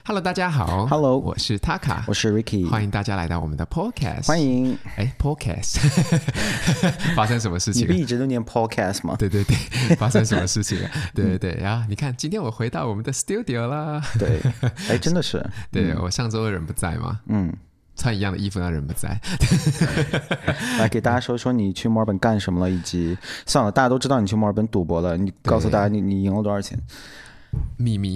Hello， 大家好 Hello， 我是 Taka， 我是 Ricky， 欢迎大家来到我们的 Podcast。 欢迎。 Podcast 发生什么事情？ 你不一直都念 Podcast 吗？ 对对对，发生什么事情了？对对对，然后你看，今天我回到我们的 Studio 啦。 对，真的是。 对，我上周人不在嘛，穿一样的衣服，那人不在。 来给大家说说你去墨尔本干什么了，以及算了，大家都知道你去墨尔本赌博了，你告诉大家你赢了多少钱？ 秘密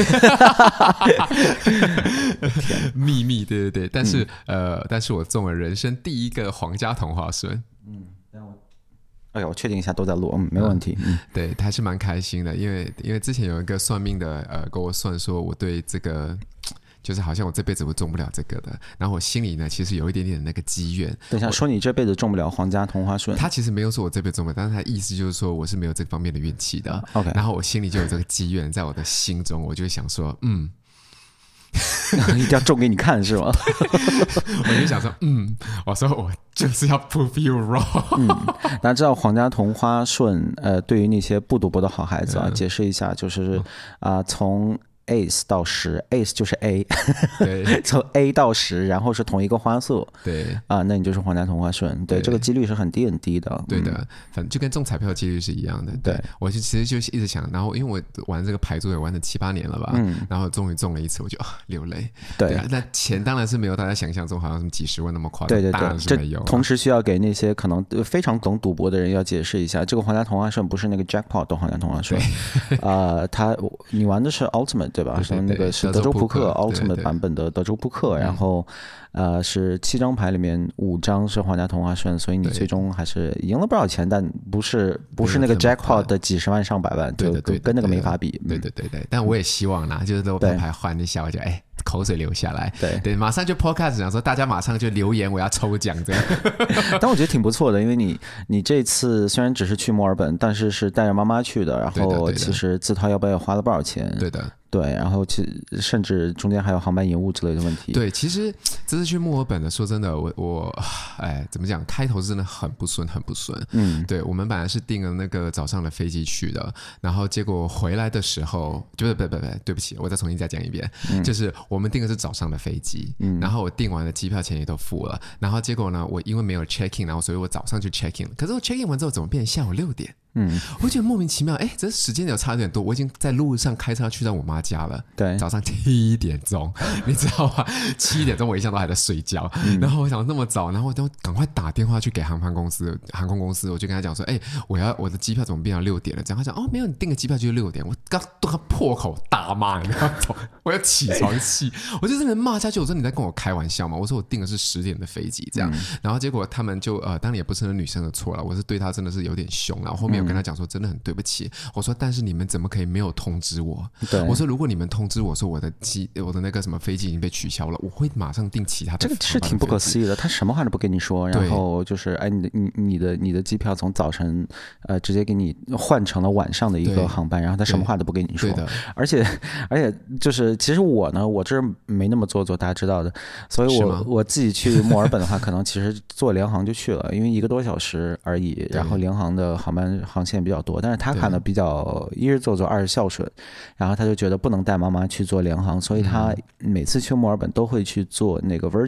秘密，对对对，但是我中了人生第一个皇家同花顺。 我确定一下都在录，没问题。 对，还是蛮开心的，因为之前有一个算命的跟我算说我对这个。就是好像我这辈子我中不了这个的，然后我心里呢其实有一点点的那个积怨。 等一下，说你这辈子中不了皇家同花顺， 他其实没有说我这辈子中不了，但是他的意思就是说我是没有这方面的运气的。 OK， 然后我心里就有这个积怨，在我的心中，我就会想说， 一定要中给你看是吗？ 我就想说，我说我就是要 prove you wrong。 大家知道皇家同花顺，对于那些不赌博的好孩子啊，解释一下，就是从Ace 到10 ，Ace 就是 A， 对， 从 A 到10，然后是同一个花色， 对那你就是皇家同花顺，对，这个几率是很低很低的， 对的，反正就跟中彩票的几率是一样的。 对， 我其实就是一直想，然后因为我玩这个牌桌也玩了7-8年了吧，然后终于中了一次，我就流泪。对，那钱当然是没有大家想象中好像什么几十万那么夸张， 对， 当然是没有。 同时需要给那些可能非常懂赌博的人要解释一下，这个皇家同花顺不是那个 Jackpot 的皇家同花顺，你玩的是 Ultimate。对吧？那个是德州扑克 Ultimate 版本的德州扑克，然后是7张牌里面5张是皇家同花顺，所以你最终还是赢了不少钱，但不是那个 Jackpot 的几十万上百万，就跟那个没法比。 对，但我也希望啦，就是都牌换一下，我就口水流下来。对，马上就 Podcast 讲说，大家马上就留言，我要抽奖这样。 但我觉得挺不错的，因为你这次虽然只是去墨尔本，但是带着妈妈去的，然后其实自掏腰包也花了不少钱。 对的。 对，然后甚至中间还有航班延误之类的问题。 对，其实这次去墨尔本的，说真的，我怎么讲？开头是真的很不顺，很不顺。对，我们本来是订了那个早上的飞机去的，然后结果回来的时候，对不起，我再重新讲一遍，就是我们订的是早上的飞机，然后我订完了机票钱也都付了，然后结果呢，我因为没有 check in， 然后所以我早上就 check in， 可是我 check in 完之后怎么变成下午6点？我觉得莫名其妙，这时间有差有点多，我已经在路上开车去到我妈家了。 对， 早上7点钟，你知道吗？7点钟我一向都还在睡觉，然后我想那么早，然后我都赶快打电话去给航空公司，我就跟他讲说，我的机票怎么变到6点了？这样他讲没有，你订个机票就是6点，我刚都破口大骂，你知道吗？我要起床气，我就这边骂下去，我说你在跟我开玩笑吗？我说我订的是10点的飞机，这样，然后结果他们就当然也不是那女生的错了，我是对她真的是有点凶了，后面有跟他讲说真的很对不起，我说但是你们怎么可以没有通知我？我说如果你们通知我说我的那个什么飞机已经被取消了，我会马上订其他的。 这个是挺不可思议的，他什么话都不跟你说，然后就是你的机票从早晨直接给你换成了晚上的一个航班，然后他什么话都不跟你说。而且就是其实我呢，我这没那么做作，大家知道的，所以我自己去墨尔本的话，可能其实坐联航就去了，因为1个多小时而已，然后联航的航线比较多，但是他看的比较一是做作，二是孝顺，然后他就觉得不能带妈妈去做联航，所以他每次去墨尔本都会去做那个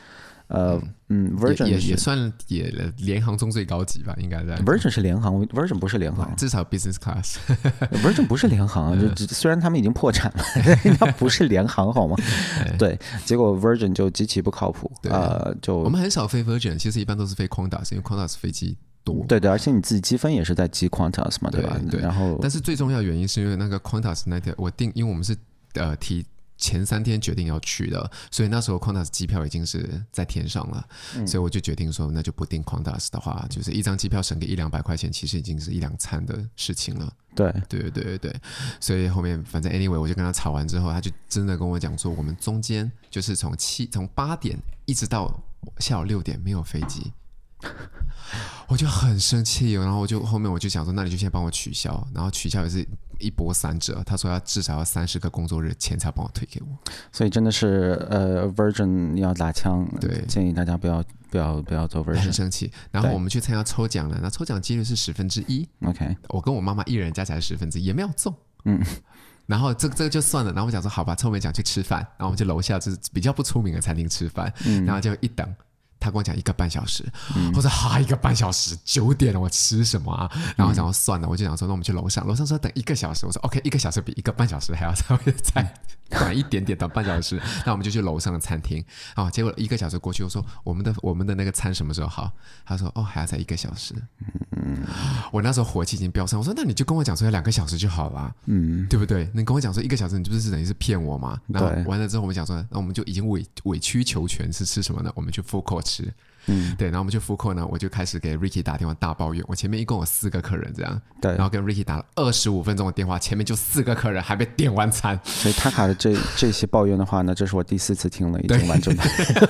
Virgin。Virgin 也算联航中最高级吧，应该在 Virgin 是联航 ，Virgin 不是联航， 至少 business class 。Virgin 不是联航，虽然他们已经破产了，它不是联航好吗？对，结果 Virgin 就极其不靠谱。 我们很少飞 Virgin， 其实一般都是飞 Qantas， 因为 Qantas 飞机多。 对，而且你自己积分也是在积 Qantas 嘛，对吧？ 对， 然后但是最重要的原因是因为那个 Qantas 那天我订，因为我们是提前3天决定要去的，所以那时候 Qantas 机票已经是在天上了，所以我就决定说那就不订 Qantas 的话，就是一张机票省个100-200块钱，其实已经是1-2餐的事情了。对，所以后面反正 anyway 我就跟他吵完之后，他就真的跟我讲说，我们中间就是从8点一直到下午6点没有飞机。我就很生气，然后后面我就想说，那你就先帮我取消，然后取消也是一波3折，他说至少要30个工作日前才帮我退给我， 所以真的是Virgin 要打枪，对，建议大家不要做 Virgin， 很生气。然后我们去参加抽奖了，那抽奖几率是1/10 ，OK， 我跟我妈妈一人加起来1/10，也没有中， 然后这个就算了，然后我讲说好吧，臭美讲去吃饭，然后我们就楼下就是比较不出名的餐厅吃饭，然后就一等。他跟我讲1个半小时，我说哈1个半小时9点了，我吃什么啊？然后我想说算了，我就想说那我们去楼上，楼上说等1个小时，我说 OK 1个小时比1个半小时还要稍微再短一点点，等半小时，那我们就去楼上的餐厅啊。结果1个小时过去，我说我们的那个餐什么时候好？他说哦还要再1个小时。我那时候火气已经飙上，我说那你就跟我讲说要2个小时就好了，对不对？你跟我讲说1个小时，你不是等于是骗我吗？然后完了之后我们讲说，那我们就已经委曲求全，是吃什么呢？我们去 food court 吃。对，然后我们去food court呢，我就开始给 Ricky 打电话大抱怨，我前面一共有4个客人这样，对，然后跟 Ricky 打了25分钟的电话，前面就4个客人还没点完餐， 所以塔卡的这些抱怨的话呢，这是我第4次听了，已经完整的。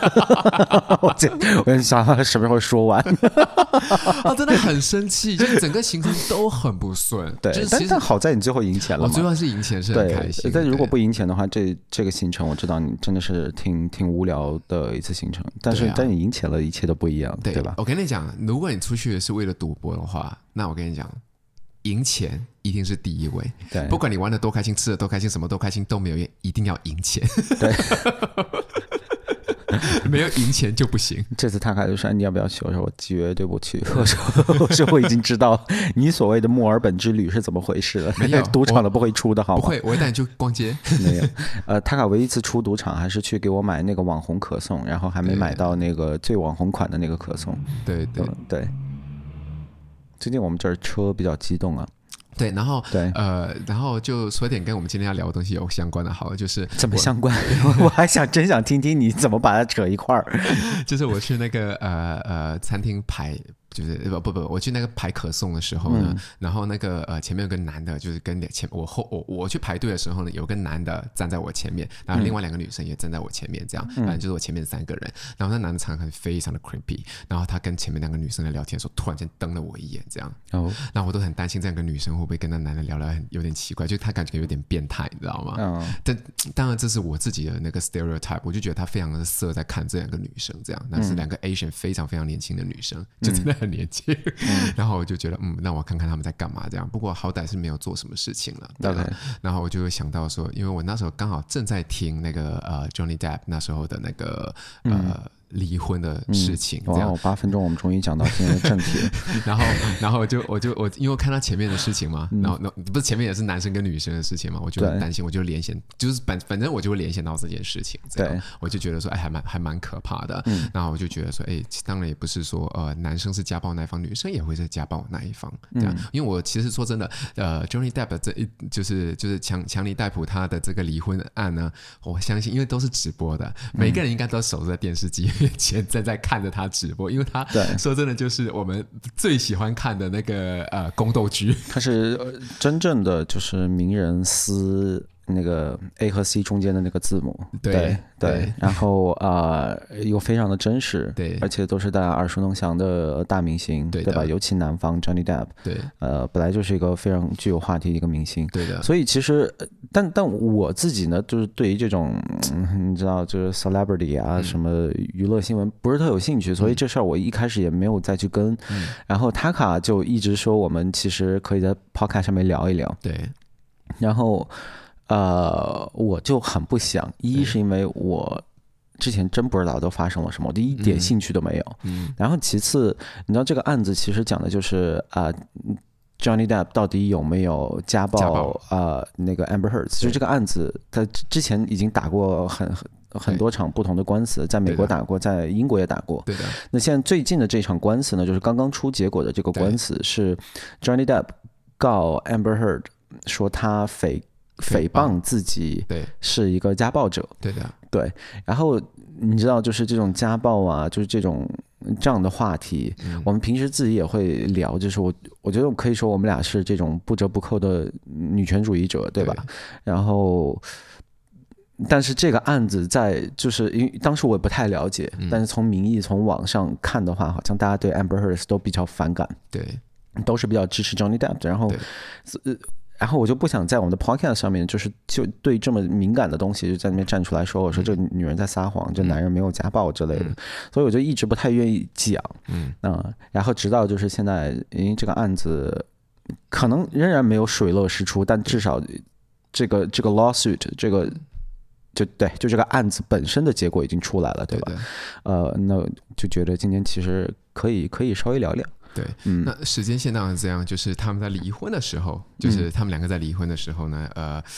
我想他什么时候说完？ 真的很生气，就是整个行程都很不顺。 对，但好在你最后赢钱了嘛， 我最后是赢钱，是很开心。 但如果不赢钱的话，这个行程我知道你真的是挺无聊的一次行程，但你赢钱了，一切都不一样，对吧？ 我跟你讲，如果你出去是为了赌博的话，那我跟你讲，赢钱一定是第一位。对，不管你玩的多开心，吃的多开心，什么都开心都没有用，一定要赢钱。对。没有赢钱就不行。 这次他开就说你要不要去？我说我绝对不去。我说我已经知道你所谓的墨尔本之旅是怎么回事了。 没有赌场的不会出的好吗？ 不会，我会带你去逛街。 没有，他卡唯一一次出赌场还是去给我买那个网红可颂，然后还没买到那个最网红款的那个可颂。 对对对。最近我们这儿车比较激动啊。 对，然后就说点跟我们今天要聊的东西有相关的，好了，就是怎么相关？我还真想听听你怎么把它扯一块儿。 就是我去那个餐厅排。就是不，我去那个排可颂的时候呢，然后那个前面有个男的，就是跟我去排队的时候呢，有个男的站在我前面，然后另外2个女生也站在我前面，这样，反正就是我前面3个人。然后那男的常常非常的 creepy， 然后他跟前面2个女生在聊天的时候，突然间瞪了我一眼，这样。然后我都很担心这2个女生会不会跟那男的聊得有点奇怪，就他感觉有点变态，你知道吗？但当然这是我自己的那个 stereotype， 我就觉得他非常的色在看这2个女生，这样，那是2个 Asian 非常非常年轻的女生，就真的很年轻。然后我就觉得那我看看他们在干嘛这样，不过好歹是没有做什么事情了。Okay. 然后我就想到说，因为我那时候刚好正在听那个Johnny Depp 那时候的那个离婚的事情，这样 8分钟我们终于讲到今天的正题了。 然后我因为看他前面的事情嘛，然后不是前面也是男生跟女生的事情嘛，我就很担心，我就联想，就是反正我就会联想到这件事情，对，我就觉得说还蛮可怕的。然后我就觉得说当然也不是说男生是家暴那一方，女生也会是家暴那一方，这样。因为我其实说真的Johnny Depp 就是强尼戴普他的这个离婚案呢，我相信因为都是直播的，每个人应该都守在电视机前正在看着他直播，因为他说真的就是我们最喜欢看的那个宫斗剧， 他是真正的就是名人撕那个 A 和 C 中间的那个字母，对，然后又非常的真实，对，而且都是大家耳熟能详的大明星，对吧？尤其男方 Johnny Depp， 对，本来就是一个非常具有话题的一个明星，对的。所以其实，但我自己呢，就是对于这种你知道，就是 celebrity 啊，什么娱乐新闻不是特有兴趣，所以这事儿我一开始也没有再去跟。然后塔卡就一直说我们其实可以在 podcast 上面聊一聊，对，然后。我就很不想，一是因为我之前真不知道都发生了什么，我一点兴趣都没有。然后其次，你知道这个案子其实讲的就是Johnny Depp 到底有没有家暴那个 Amber Heard， 就是这个案子他之前已经打过很多场不同的官司，在美国打过，在英国也打过。对的。那现在最近的这场官司呢，就是刚刚出结果的这个官司是 Johnny Depp 告 Amber Heard 说他诽谤自己是一个家暴者，对的，对。然后你知道，就是这种家暴啊，就是这样的话题，我们平时自己也会聊。就是我觉得可以说我们俩是这种不折不扣的女权主义者，对吧？然后，但是这个案子就是因为当时我也不太了解，但是从民意从网上看的话，好像大家对 Amber Heard 都比较反感，对，都是比较支持 Johnny Depp 的。然后我就不想在我们的 podcast 上面就对这么敏感的东西就在那边站出来说，我说这女人在撒谎，这男人没有家暴之类的，所以我就一直不太愿意讲。然后直到就是现在，因为这个案子可能仍然没有水落石出，但至少这个 lawsuit 就这个案子本身的结果已经出来了，对吧？那就觉得今天其实可以稍微聊聊。 对，那时间线当然是这样，就是他们在离婚的时候，就是他们两个在离婚的时候呢，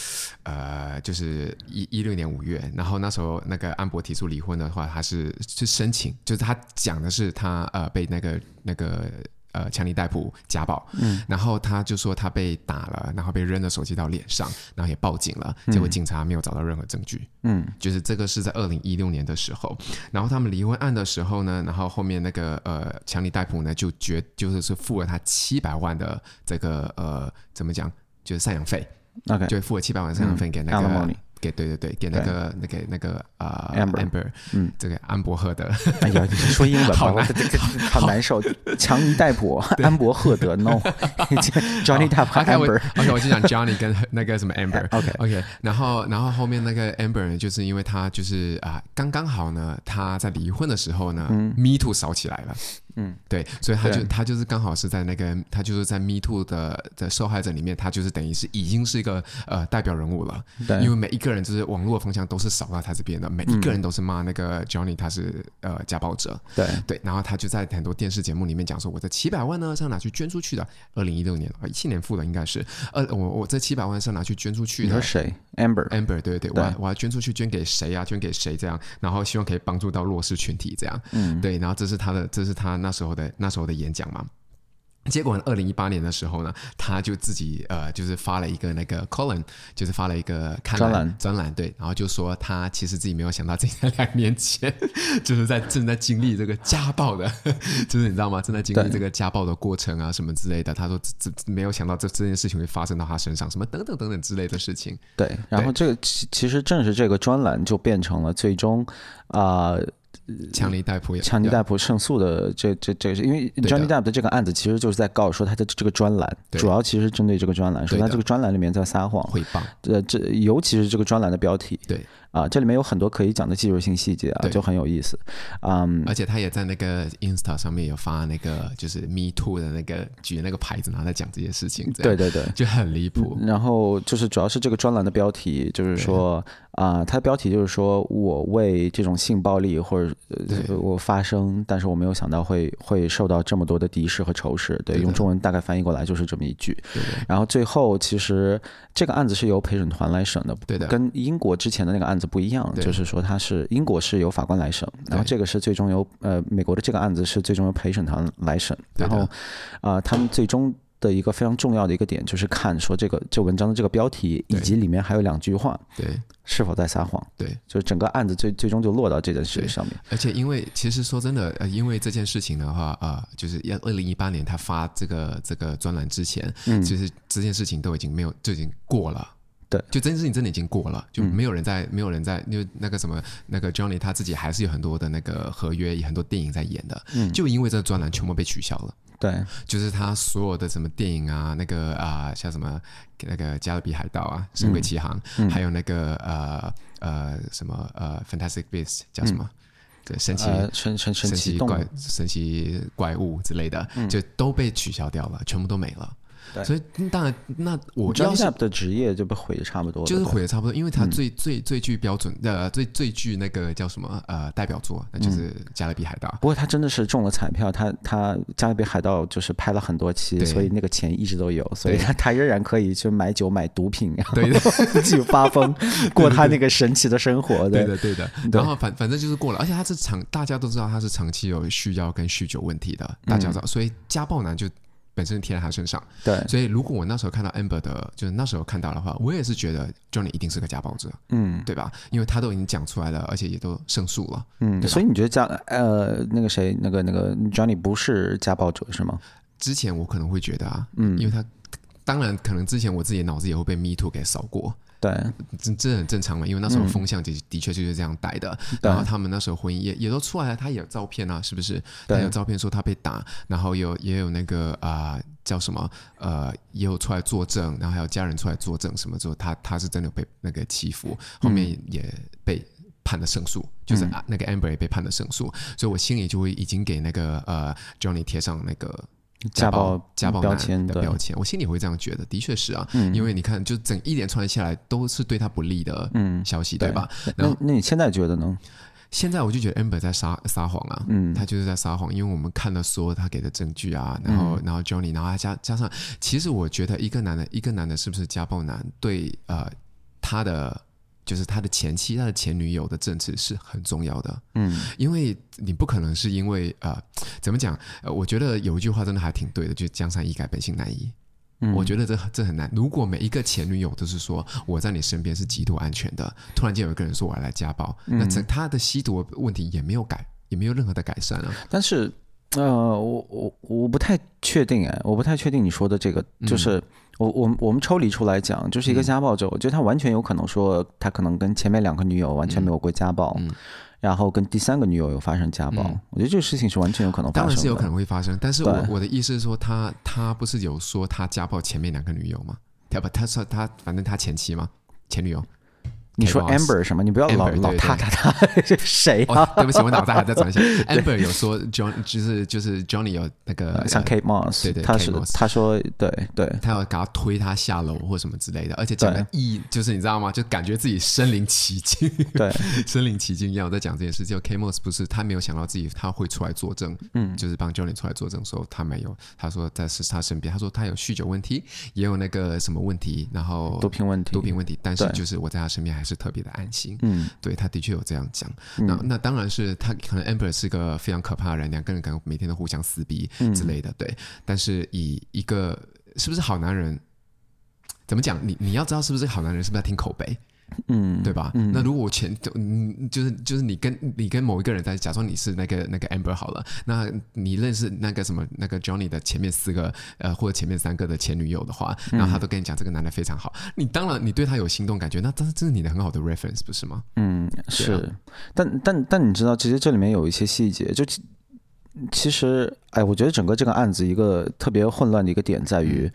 就是16年5月，然后那时候那个安博提出离婚的话，他是申请，就是他讲的是他被那个强尼戴普家暴，然后他就说他被打了，然后被扔了手机到脸上，然后也报警了，结果警察没有找到任何证据。就是这个是在2016年的时候，然后他们离婚案的时候呢，然后后面那个强尼戴普呢就是付了他700万的这个怎么讲，就是赡养费，就付了700万赡养费给那个。给给那个Amber， 这个安伯赫德。 哎呀，你说英文吧，好难受。强尼戴普、安伯赫德 ，No，Johnny Depp 和 Amber。OK， 我就讲 Johnny 跟那个什么 Amber。OK， 然后后面那个 Amber 呢，就是因为他就是刚好呢，他在离婚的时候呢，Me Too 烧起来了。对，所以他就是刚好是在那个他就是在 Me Too 的受害者里面，他就是等于是已经是一个代表人物了。因为每一个人就是网络风向都是扫到他这边的，每一个人都是骂那个 Johnny 他是家暴者。对，然后他就在很多电视节目里面讲说，我这700万呢是要拿去捐出去的。2016年17年付的应该是我这700万是要拿去捐出去的。 你说谁 ？Amber， 对， 我要捐出去，捐给谁啊？捐给谁这样？然后希望可以帮助到弱势群体这样。对，然后这是他那时候的演讲嘛。结果2018年的时候呢，他就自己就是发了一个那个 column， 就是发了一个专栏，对，然后就说他其实自己没有想到自己在2年前就是正在经历这个家暴的，就是你知道吗？正在经历这个家暴的过程啊什么之类的。他说没有想到这件事情会发生到他身上，什么等等之类的事情。 对，然后这个其实正是这个专栏就变成了最终强尼戴普胜诉的这是因为 Johnny Depp 的这个案子其实就是在告说他的这个专栏主要其实针对这个专栏，说他这个专栏里面在撒谎诽谤， 尤其是这个专栏的标题， 对这里面有很多可以讲的技术性细节就很有意思。 而且他也在那个 Insta 上面有发那个就是 Me Too 的那个举那个牌子，然后在讲这些事情， 对， 就很离谱。 然后就是主要是这个专栏的标题就是说它的标题就是说我为这种性暴力或者我发声，但是我没有想到会受到这么多的敌视和仇视。对，用中文大概翻译过来就是这么一句。然后最后其实这个案子是由陪审团来审的， 对的， 跟英国之前的那个案子不一样，就是说英国是由法官来审，然后这个是最终由美国的这个案子是最终由陪审团来审。然后他们最终的一个非常重要的一个点就是看说这文章的这个标题以及里面还有2句话， 对， 是否在撒谎。 对， 就是整个案子最终就落到这件事上面。 而且因为其实说真的因为这件事情的话就是2018年他发这个专栏之前其实这件事情都已经过了。对，就这件事情真的已经过了，就没有人在，因为那个什么那个 Johnny 他自己还是有很多的那个合约，很多电影在演的，就因为这个专栏全部被取消了。 对， 就是他所有的什么电影啊，那个像什么那个加勒比海盗啊，神鬼奇航，还有那个什么Fantastic Beasts 叫什么？对，神奇怪物之类的，就都被取消掉了，全部都没了。所以当然，那我 Johnny Depp 的职业就被毁的差不多了， 就是毁的差不多，因为他最具标准最具那个叫什么代表作，那就是《加勒比海盗》。 不过他真的是中了彩票，他《加勒比海盗》就是拍了很多期，所以那个钱一直都有，所以他仍然可以去买酒买毒品，然后继续发疯过他那个神奇的生活。 对的。然后反正就是过了，而且他是大家都知道他是长期有酗药跟酗酒问题的，大家知道，所以家暴男就本身贴在他身上。 对， 所以如果我那时候看到 Amber 的，就是那时候看到的话，我也是觉得 Johnny 一定是个家暴者，对吧？因为他都已经讲出来了，而且也都胜诉了， 所以你觉得那个谁，那个 Johnny 不是家暴者是吗？ 之前我可能会觉得因为他当然可能之前我自己的脑子也会被 Me Too 给扫过。 对， 这很正常嘛，因为那时候风向的确就是这样带的。然后他们那时候婚姻也都出来了，他也有照片啊，是不是？他有照片说他被打，然后也有那个叫什么也有出来作证，然后还有家人出来作证，什么之后他是真的被那个欺负，后面也被判了胜诉，就是那个 Amber 也被判了胜诉，所以我心里就会已经给那个Johnny 贴上那个家暴标签的标签，我心里会这样觉得，的确是啊，因为你看，就整一连串下来都是对他不利的消息，对吧？ 那你现在觉得呢？ 现在我就觉得 Amber 在撒谎啊，他就是在撒谎，因为我们看了所有他给的证据啊，然后 Johnny， 然后加上，其实我觉得一个男的是不是家暴男，对他的就是他的前妻、他的前女友的证词是很重要的，因为你不可能是因为怎么讲？我觉得有一句话真的还挺对的，就是江山易改，本性难移。我觉得这很难。如果每一个前女友都是说我在你身边是极度安全的，突然间有一个人说我要来家暴，那他的吸毒问题也没有任何的改善啊。 但是我不太确定我不太确定你说的这个，就是我们抽离出来讲，就是一个家暴者，我觉得他完全有可能说他可能跟前面2个女友完全没有过家暴。然后跟第3个女友有发生家暴，我觉得这个事情是完全有可能发生的。 当然是有可能会发生，但是我的意思是说，他不是有说他家暴前面2个女友吗？他说反正他前妻嘛，前女友。 你说 Amber 什么？你不要老他谁啊？ 对不起，我脑袋还在转一下。Amber 有说 就是 Johnny 有那个像 Kate Moss， 对， 他说对， 他要给他推他下楼或什么之类的，而且讲的就是你知道吗？就感觉自己身临其境，对，身临其境一样。我在讲这件事，就 Kate Moss 不是他没有想到自己他会出来作证，就是帮 Johnny 出来作证，说他没有，他说在他身边，他说他有酗酒问题，也有那个什么问题，然后毒品问题， 但是就是我在他身边还是特别的安心。对，他的确有这样讲。那当然是他可能 Amber 是个非常可怕的人，2个人可能每天都互相撕逼之类的。对，但是以一个是不是好男人，怎么讲？你要知道是不是好男人，是不是要听口碑？对吧？那如果我就是你跟某一个人在假装你是那个 Amber 好了，那你认识那个什么那个 Johnny 的前面4个或者前面3个的前女友的话，然后他都跟你讲这个男的非常好，你当然你对他有心动感觉，那这是你的很好的 reference 不是吗？ 是，但你知道，其实这里面有一些细节，就其实我觉得整个这个案子一个特别混乱的一个点在于，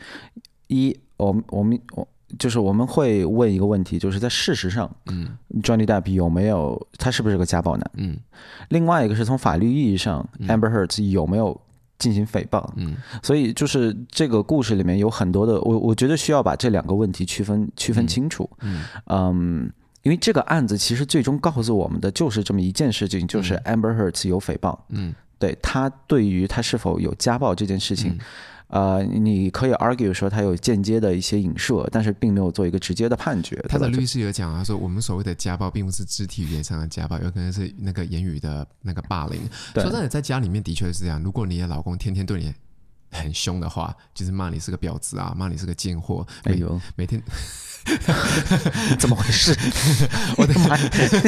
就是我们会问一个问题，就是在事实上，Johnny Depp 他是不是个家暴男？另外一个是从法律意义上，Amber Heard 有没有进行诽谤？所以就是这个故事里面有很多的，我觉得需要把这2个问题区分清楚。因为这个案子其实最终告诉我们的就是这么一件事情，就是 Amber Heard 有诽谤。对，他对于他是否有家暴这件事情。你可以 argue 说他有间接的一些影射，但是并没有做一个直接的判决。 他的律师有讲他说我们所谓的家暴并不是肢体语言上的家暴，有可能是那个言语的那个霸凌。说真的，在家里面的确是这样，如果你的老公天天对你很凶的话，就是骂你是个婊子啊，骂你是个贱货，每天怎么回事？ 我的妈！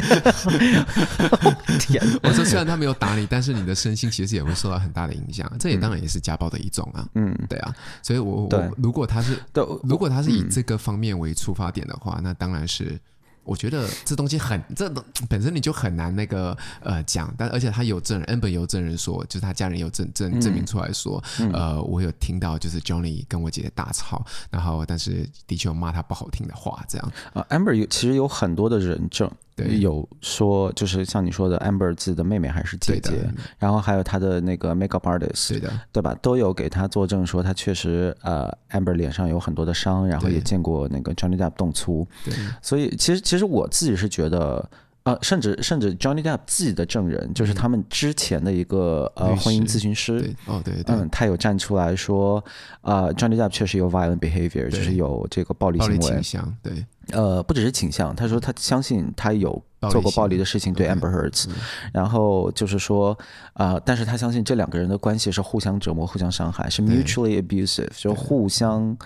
天！我说虽然他没有打你，但是你的身心其实也会受到很大的影响，这也当然也是家暴的一种啊。对啊，所以我如果他是以这个方面为出发点的话，那当然是。我觉得这东西这本身你就很难那个讲，但而且他有证人 ，Amber 有证人说，就是他家人有证明出来说，我有听到就是 Johnny 跟我姐姐大吵，然后但是的确有骂他不好听的话，这样。 Amber 其实有很多的人证。有说就是像你说的 Amber 自己的妹妹还是姐姐，然后还有她的那个 makeup artist， 对吧？都有给她作证说她确实Amber 脸上有很多的伤，然后也见过那个 Johnny Depp 动粗。所以其实我自己是觉得甚至 Johnny Depp 自己的证人，就是他们之前的一个婚姻咨询师，他有站出来说Johnny Depp 确实有 violent behavior， 就是有这个暴力行为倾向，对。 不只是倾向，他说他相信他有做过暴力的事情对 Amber Heard， 然后就是说但是他相信这2个人的关系是互相折磨、互相伤害，是 mutually abusive， 就互相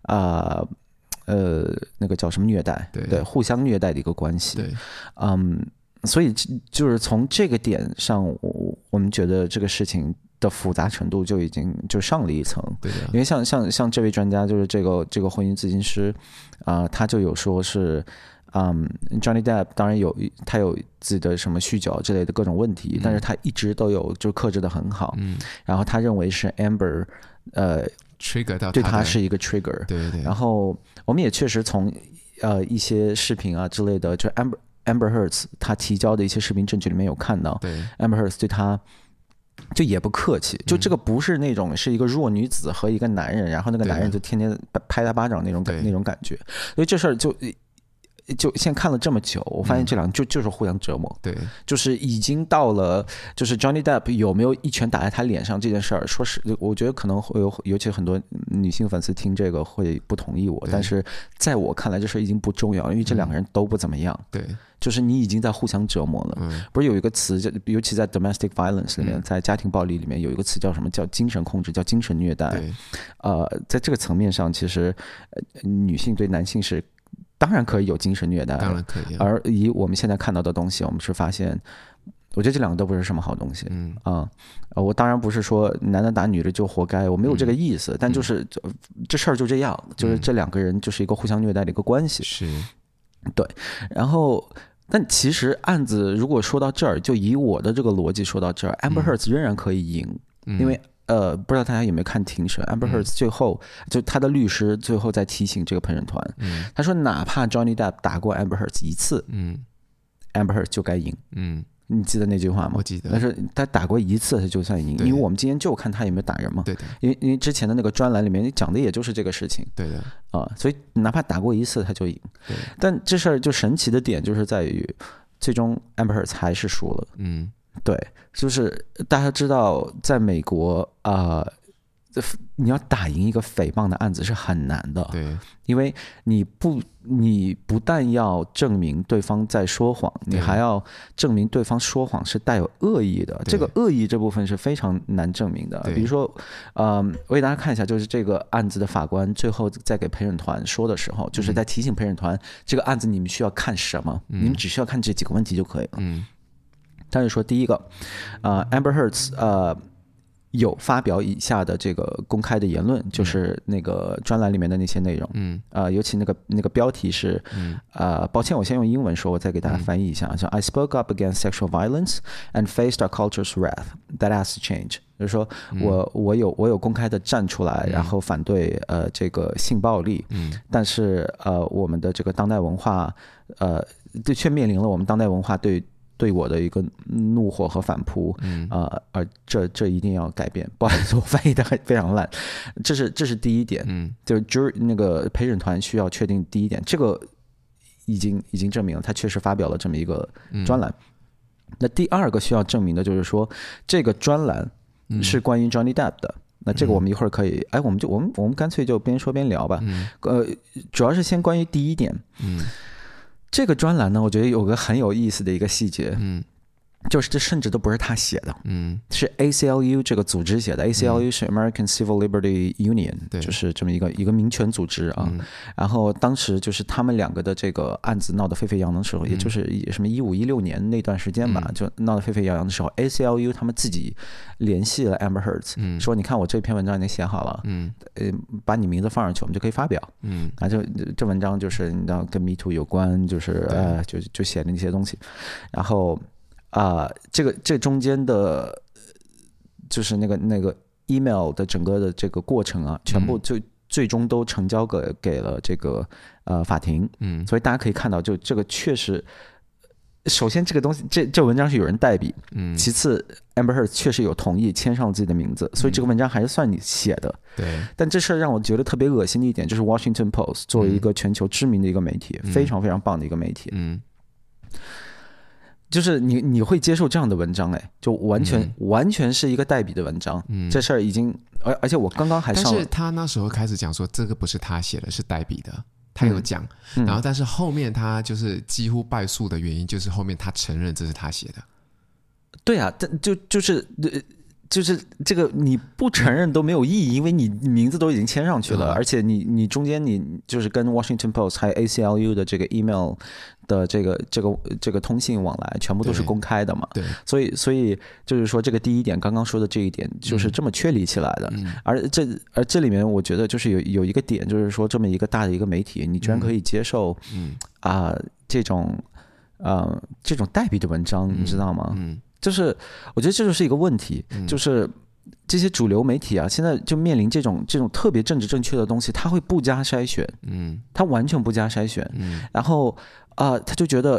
那个叫什么虐待，对，互相虐待的一个关系。 对， 所以就是从这个点上，我们觉得这个事情的复杂程度就已经就上了一层。 对的， 因为像这位专家，就是这个婚姻咨询师他就有说是Johnny Depp 当然他有自己的什么酗酒之类的各种问题，但是他一直都有就克制的很好。然后他认为是 Amber trigger 到对他是一个 trigger。 对。 然后我们也确实从一些视频之类的，就 Amber Heard 他提交的一些视频证据里面有看到， 对 Amber Heard 对他就也不客气，就这个不是那种是一个弱女子和一个男人，然后那个男人就天天拍他巴掌那种感觉，所以这事儿就现在看了这么久，我发现这两个就是互相折磨， 对， 就是已经到了，就是 Johnny Depp 有没有一拳打在他脸上这件事儿，说是我觉得可能会有，尤其很多女性粉丝听这个会不同意我，但是在我看来这事儿已经不重要，因为这两个人都不怎么样， 对， 就是你已经在互相折磨了。不是有一个词，尤其在 domestic violence 里面，在家庭暴力里面有一个词叫什么？叫精神控制，叫精神虐待。在这个层面上，其实女性对男性是。当然可以有精神虐待， 当然可以。 而以我们现在看到的东西，我们是发现，我觉得这两个都不是什么好东西。我当然不是说男的打女的就活该，我没有这个意思。但就是这事儿就这样，就是这两个人就是一个互相虐待的一个关系。 是， 对。然后，但其实案子如果说到这儿，就以我的这个逻辑说到这儿，Amber Heard 仍然可以赢，因为。不知道大家有没有看庭审 Amber Heard 最后就他的律师最后在提醒这个陪审团，他说哪怕 Johnny Depp 打过 Amber Heard 一次，Amber Heard 就该赢。你记得那句话吗？ 我记得。 他说他打过一次他就算赢，因为我们今天就看他有没有打人嘛。 对的。 因为之前的那个专栏里面讲的也就是这个事情。 对的。 所以哪怕打过一次他就赢。 对。 但这事儿就神奇的点就是在于，最终 Amber Heard 还是输了。对，就是大家知道，在美国你要打赢一个诽谤的案子是很难的。 对， 因为你不但要证明对方在说谎，你还要证明对方说谎是带有恶意的。这个恶意这部分是非常难证明的。比如说，我给大家看一下，就是这个案子的法官最后在给陪审团说的时候，就是在提醒陪审团，这个案子你们需要看什么？你们只需要看这几个问题就可以了。他就说，第一个，Amber Heard 有发表以下的这个公开的言论，就是那个专栏里面的那些内容。尤其那个标题是，抱歉，我先用英文说，我再给大家翻译一下。就 I spoke up against sexual violence and faced our culture's wrath. That has to change. 就是说我有公开的站出来，然后反对这个性暴力。但是我们的这个当代文化却面临了我们当代文化对我的一个怒火和反扑，而这一定要改变。不好意思，我翻译的非常烂。这是第一点，就是那个陪审团需要确定第一点，这个已经证明了他确实发表了这么一个专栏。那第二个需要证明的就是说，这个专栏是关于 Johnny Depp 的。那这个我们一会儿可以，我们干脆就边说边聊吧。主要是先关于第一点。这个专栏呢，我觉得有个很有意思的一个细节，就是这甚至都不是他写的，是 ACLU 这个组织写的。ACLU 是 American Civil Liberty Union，就是这么一个民权组织啊。然后当时就是他们两个的这个案子闹得沸沸扬扬的时候，也就是什么15、16年那段时间吧，就闹得沸沸扬扬的时候，ACLU 他们自己联系了 Amber Heard，说你看我这篇文章已经写好了，把你名字放上去，我们就可以发表。这文章就是你知道跟 Me Too 有关，就是就写的那些东西，然后。这中间的，就是那个 email 的整个的这个过程啊，全部最终都呈交给了这个法庭。所以大家可以看到，就这个确实，首先这个东西，这文章是有人代笔，其次 Amber Heard 确实有同意签上自己的名字，所以这个文章还是算你写的。 对。 但这事让我觉得特别恶心的一点，就是 Washington Post 作为一个全球知名的一个媒体，非常非常棒的一个媒体。就是你会接受这样的文章，就完全是一个代笔的文章。这事儿已经，而且我刚刚还上了。 但是他那时候开始讲说，这个不是他写的，是代笔的，他有讲。然后，但是后面他就是几乎败诉的原因，就是后面他承认这是他写的。 对啊，就是这个你不承认都没有意义，因为你名字都已经签上去了，而且你中间你就是跟 Washington Post 还有 ACLU 的这个 email 的这个通信往来全部都是公开的嘛。 对。 所以就是说这个第一点，刚刚说的这一点就是这么确立起来的。而这里面我觉得就是有一个点，就是说这么一个大的一个媒体，你居然可以接受这种代笔的文章，你知道吗？就是我觉得这就是一个问题，就是这些主流媒体啊，现在就面临这种特别政治正确的东西，他会不加筛选，他完全不加筛选，然后他就觉得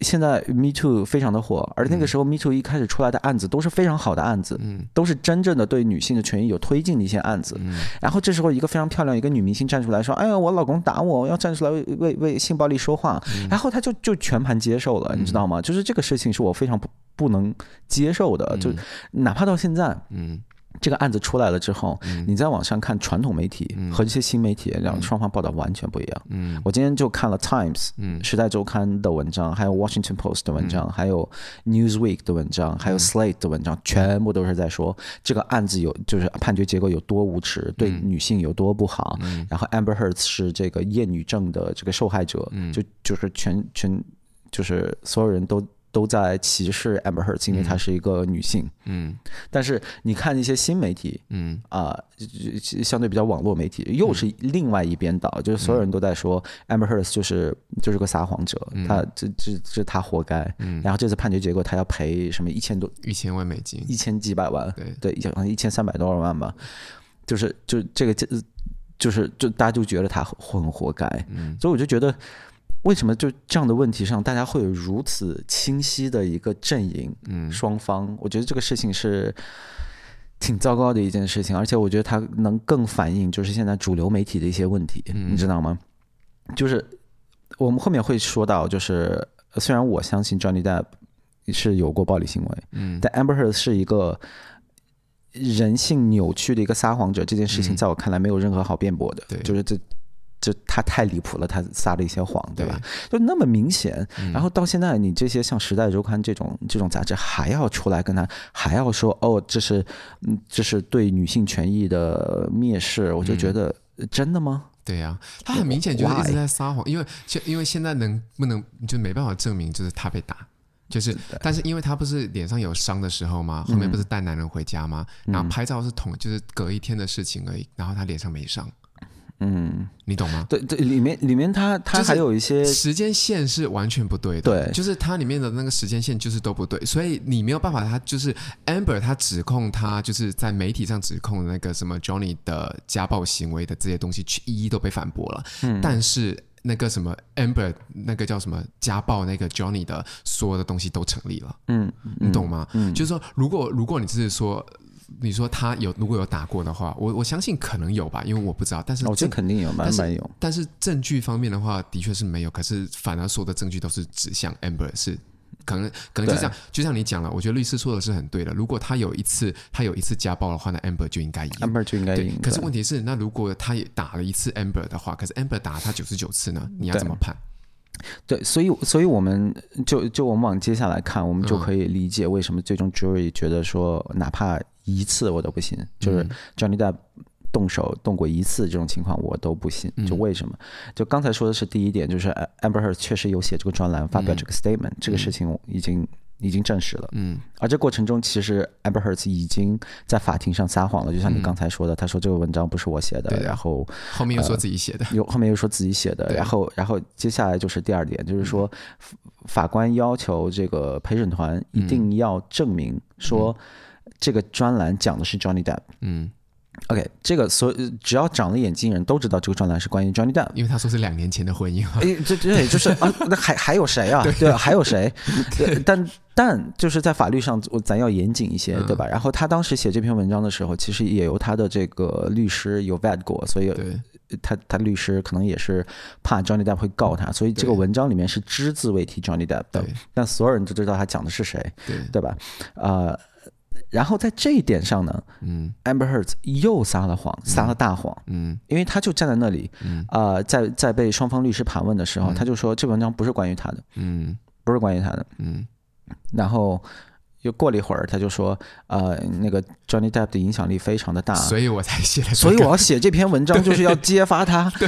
现在 Me Too 非常的火，而那个时候 Me Too 一开始出来的案子都是非常好的案子，都是真正的对女性的权益有推进的一些案子。然后这时候一个非常漂亮一个女明星站出来说：“哎呀，我老公打我，我要站出来为性暴力说话。”然后她就全盘接受了，你知道吗？就是这个事情是我非常不能接受的，就哪怕到现在，这个案子出来了之后，你在网上看传统媒体和这些新媒体，两双方报道完全不一样。我今天就看了 Times 时代周刊的文章，还有 Washington Post 的文章，还有 Newsweek 的文章，还有 Slate 的文章，全部都是在说这个案子就是判决结果有多无耻，对女性有多不好。然后 Amber Heard 是这个厌女症的这个受害者，就是全就是所有人都在歧视 Amber Heard， 因为她是一个女性。但是你看一些新媒体，相对比较网络媒体，又是另外一边倒，就是所有人都在说 Amber Heard 就是个撒谎者，这他活该。然后这次判决结果，他要赔什么 1000万美金 ，1000几百万，对，1300多少万吧，就这个就大家就觉得他很活该。所以我就觉得。为什么就这样的问题上，大家会有如此清晰的一个阵营双方？我觉得这个事情是挺糟糕的一件事情，而且我觉得它能更反映就是现在主流媒体的一些问题，你知道吗？就是我们后面会说到，就是虽然我相信 Johnny Depp 是有过暴力行为，但 Amber Heard 是一个人性扭曲的一个撒谎者，这件事情在我看来没有任何好辩驳的，就是这他太离谱了，他撒了一些谎，对吧？就那么明显，然后到现在你这些像《时代周刊》这种杂志还要出来跟他，还要说这是对女性权益的蔑视，我就觉得真的吗？ 对呀，他很明显就是一直在撒谎，因为现在能不能就没办法证明就是他被打。就是，但是因为他不是脸上有伤的时候吗？后面不是带男人回家吗？然后拍照是就是隔一天的事情而已，然后他脸上没伤。你懂吗？ 对，里面他还有一些时间线是完全不对的， 对， 就是它里面的那个时间线就是都不对，所以你没有办法，他就是 Amber 他指控他就是在媒体上指控那个什么 Johnny 的家暴行为的这些东西，一一都被反驳了，但是那个什么 Amber 那个叫什么家暴那个 Johnny 的所有的东西都成立了，你懂吗？就是说如果你只是说。你说他如果有打过的话，我相信可能有吧，因为我不知道。但是我觉得肯定有，慢慢有。 但是证据方面的话，的确是没有。可是反而所有的证据都是指向 Amber 是可能就这样，就像你讲了，我觉得律师说的是很对的。如果他有一次家暴的话，那 Amber 就应该赢。 Amber 就应该赢。 可是问题是，那如果他也打了一次 Amber 的话，可是 Amber 打了他99次呢？你要怎么判？ 对，所以我们就我们往接下来看，我们就可以理解为什么最终 jury 觉得说，哪怕一次我都不信，就是 Johnny Depp 动过一次这种情况我都不信，就为什么？就刚才说的是第一点，就是 Amber Heard 确实有写这个专栏，发表这个 statement，这个事情已经证实了，而这过程中其实 Amber Heard 已经在法庭上撒谎了，就像你刚才说的，他说这个文章不是我写的，然后后面又说自己写的， 后面又说自己写的，然后接下来就是第二点，就是说法官要求这个陪审团一定要证明说这个专栏讲的是 Johnny Depp，OK， 这个只要长了眼睛人都知道这个专栏是关于 Johnny Depp， 因为他说是2年前的婚姻， 这就是啊，那还有谁啊？对，还有谁？但就是在法律上，咱要严谨一些，对吧？然后他当时写这篇文章的时候，其实也由他的这个律师有 vet 过，所以他律师可能也是怕 Johnny Depp 会告他，所以这个文章里面是只字未提 Johnny Depp 的，但所有人都知道他讲的是谁，对吧？然后在这一点上呢，Amber Heard 又撒了谎，撒了大谎，因为他就站在那里，在被双方律师盘问的时候，他就说这文章不是关于他的，不是关于他的，然后又过了一会儿，他就说，那个 Johnny Depp 的影响力非常的大， 所以我才写了， 所以我要写这篇文章，就是要揭发他。对，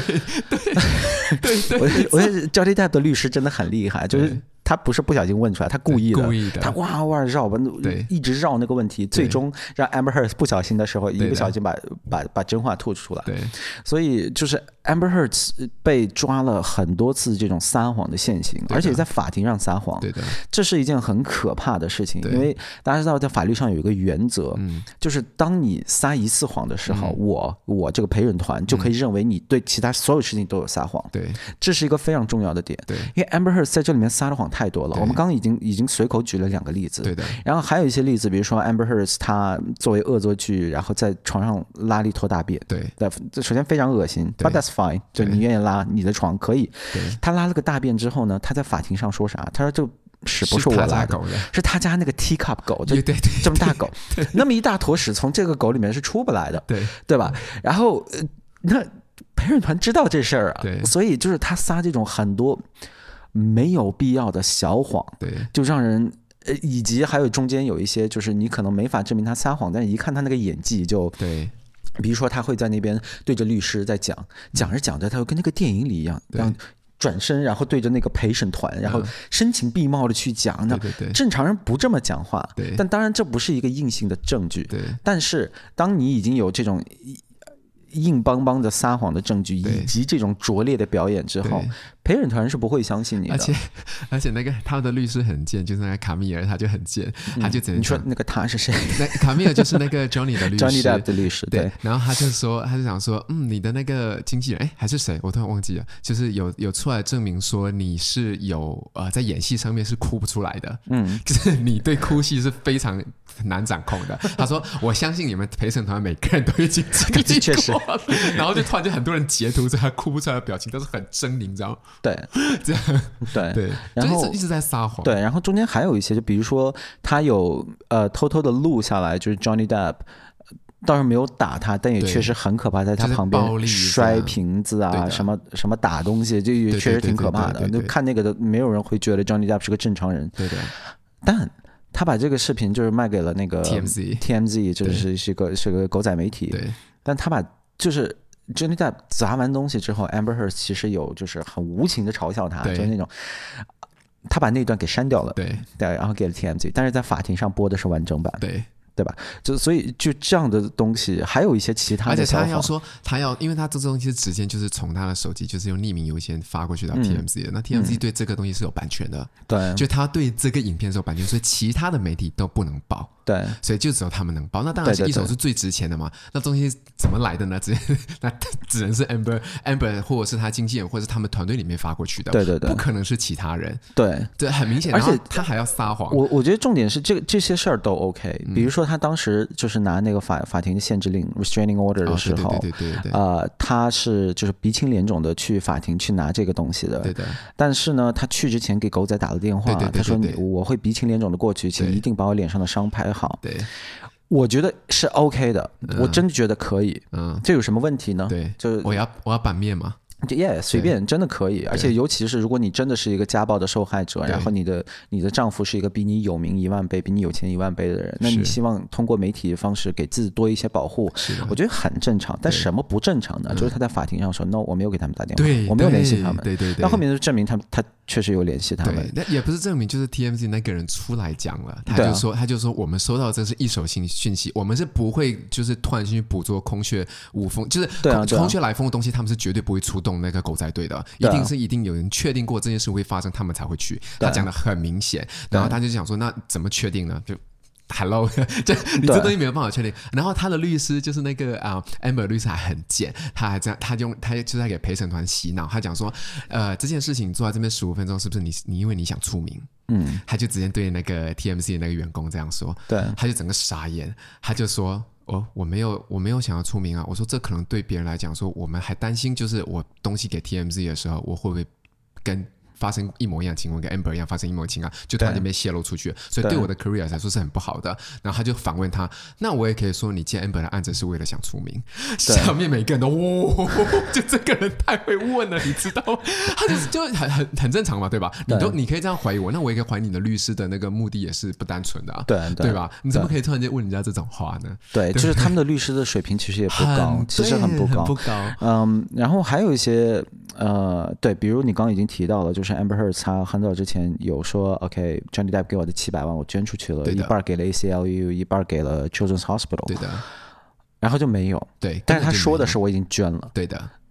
我觉得 Johnny Depp 的律师真的很厉害，就是他不是不小心问出来，他故意的，他哇绕，一直绕那个问题，最终让 Amber Heard 不小心的时候，一不小心把真话吐出来。对，所以就是 Amber Heard 被抓了很多次这种撒谎的现行，而且在法庭上撒谎， 对的， 这是一件很可怕的事情。因为大家知道，在法律上有一个原则，就是当你撒一次谎的时候，我这个陪审团就可以认为你对其他所有事情都有撒谎。 对， 这是一个非常重要的点。 对， 因为 Amber Heard 在这里面撒的谎太多了。我们刚刚已经随口举了2个例子。 对的。 然后还有一些例子，比如说 Amber Heard 她作为恶作剧，然后在床上拉了一坨大便。 对， 首先非常恶心 ，But that's fine， 就你愿意拉你的床可以。他拉了个大便之后呢，他在法庭上说啥？他说这屎不是我拉的，是他家那个 teacup 狗，就这么大狗，那么一大坨屎从这个狗里面是出不来的，对吧？然后那陪审团知道这事儿啊，所以就是他撒这种很多没有必要的小谎，就让人。以及还有中间有一些就是你可能没法证明他撒谎，但是一看他那个演技就对。 比如说他会在那边对着律师在讲着，他会跟那个电影里一样，然后转身，然后对着那个陪审团，然后声情并茂的去讲。那正常人不这么讲话，但当然这不是一个硬性的证据。但是当你已经有这种硬邦邦的撒谎的证据，以及这种拙劣的表演之后，陪审团是不会相信你的。 而且那个他们的律师很贱，就是那个卡米尔，他就很贱，他就只能你说那个他是谁？ 那卡米尔就是那个 Johnny 的律师 ，Johnny Depp 的律师。对， 然后他就想说，你的那个经纪人，还是谁？我突然忘记了，就是有出来证明说你是有在演戏上面是哭不出来的，就是你对哭戏是非常难掌控的。他说，我相信你们陪审团每个人都已经经历过，然后就突然就很多人截图他哭不出来的表情都是很狰狞，你知道吗？ 对， 这样对，然后一直在撒谎。 对，然后中间还有一些，就比如说他有偷偷的录下来，就是 Johnny Depp 倒是没有打他，但也确实很可怕，在他旁边摔瓶子啊，什么打东西，就也确实挺可怕的。就看那个的，没有人会觉得 Johnny Depp 是个正常人。 对的， 但他把这个视频就是卖给了那个 TMZ， 就是个狗仔媒体。 对， 但他把就是 Johnny Depp 砸完东西之后 ，Amber Heard 其实有就是很无情的嘲笑他，就是那种他把那段给删掉了，对，然后给了 TMZ， 但是在法庭上播的是完整版，对吧？所以就这样的东西，还有一些其他的。 而且他要说，因为他这东西是直接就是从他的手机就是用匿名邮件发过去到 TMZ 的，那 TMZ 对这个东西是有版权的， 对， 就他对这个影片是有版权，所以其他的媒体都不能报。 对， 所以就只有他们能报。那当然是一手是最值钱的嘛。那东西怎么来的呢？那只能是 Amber 或者是他经纪人或者是他们团队里面发过去的。 对， 不可能是其他人。 对， 很明显。而且他还要撒谎。 我觉得重点是这些事儿都 OK。比如说他当时就是拿那个法庭的限制令 restraining order 的时候， 对， 他是就是鼻青脸肿的去法庭去拿这个东西的。 对的。 但是呢，他去之前给狗仔打了电话，他说我会鼻青脸肿的过去，请一定把我脸上的伤拍好。 对， 我觉得是 OK 的，我真的觉得可以。这有什么问题呢？ 对， 就是我要版面嘛。 随便，真的可以。而且尤其是如果你真的是一个家暴的受害者，然后你的丈夫是一个比你有名10000倍、比你有钱10000倍的人，那你希望通过媒体的方式给自己多一些保护，我觉得很正常。但什么不正常呢？就是他在法庭上说 “No， 我没有给他们打电话，我没有联系他们。” 对。 到后面就证明他确实有联系他们。 那也不是证明，就是 TMZ 那个人出来讲了，他就说我们收到这是一手讯息，我们是不会就是突然去捕捉空穴无风，就是空穴来风的东西，他们是绝对不会出动那个狗仔队的。一定有人确定过这件事会发生，他们才会去。他讲的很明显，然后他就讲说，那怎么确定呢？就 Hello， 就你这东西没有办法确定。然后他的律师就是那个Amber 律师还很贱，他还这样，他就在给陪审团洗脑。他讲说，这件事情做到这边15分钟，是不是你因为你想出名？他就直接对那个 TMZ 的那个员工这样说， 对， 他就整个傻眼，他就说。我没有想要出名啊！我说这可能对别人来讲说，我们还担心，就是我东西给 TMZ 的时候，我会不会跟发生一模一样的情况，跟 Amber 一样发生一模一样的情况，就突然间被泄露出去，所以对我的 career 来说是很不好的。然后他就反问他，那我也可以说你接 Amber 的案子是为了想出名？下面每个人都就这个人太会问了，你知道吗？他就很正常嘛，对吧？你可以这样怀疑我，那我也可以怀疑你的律师的那个目的也是不单纯的啊，对吧？你怎么可以突然间问人家这种话呢？ 对，就是他们的律师的水平其实也不高，其实很不高。然后还有一些对，比如你刚刚已经提到了，就是 Amber Heard 他很早之前有说 OK Johnny Depp 给我的700万我捐出去了，一半给了 ACLU， 一半给了 Children's Hospital， 对的， 然后就没有， 对， 但是他说的是我已经捐了， 对的，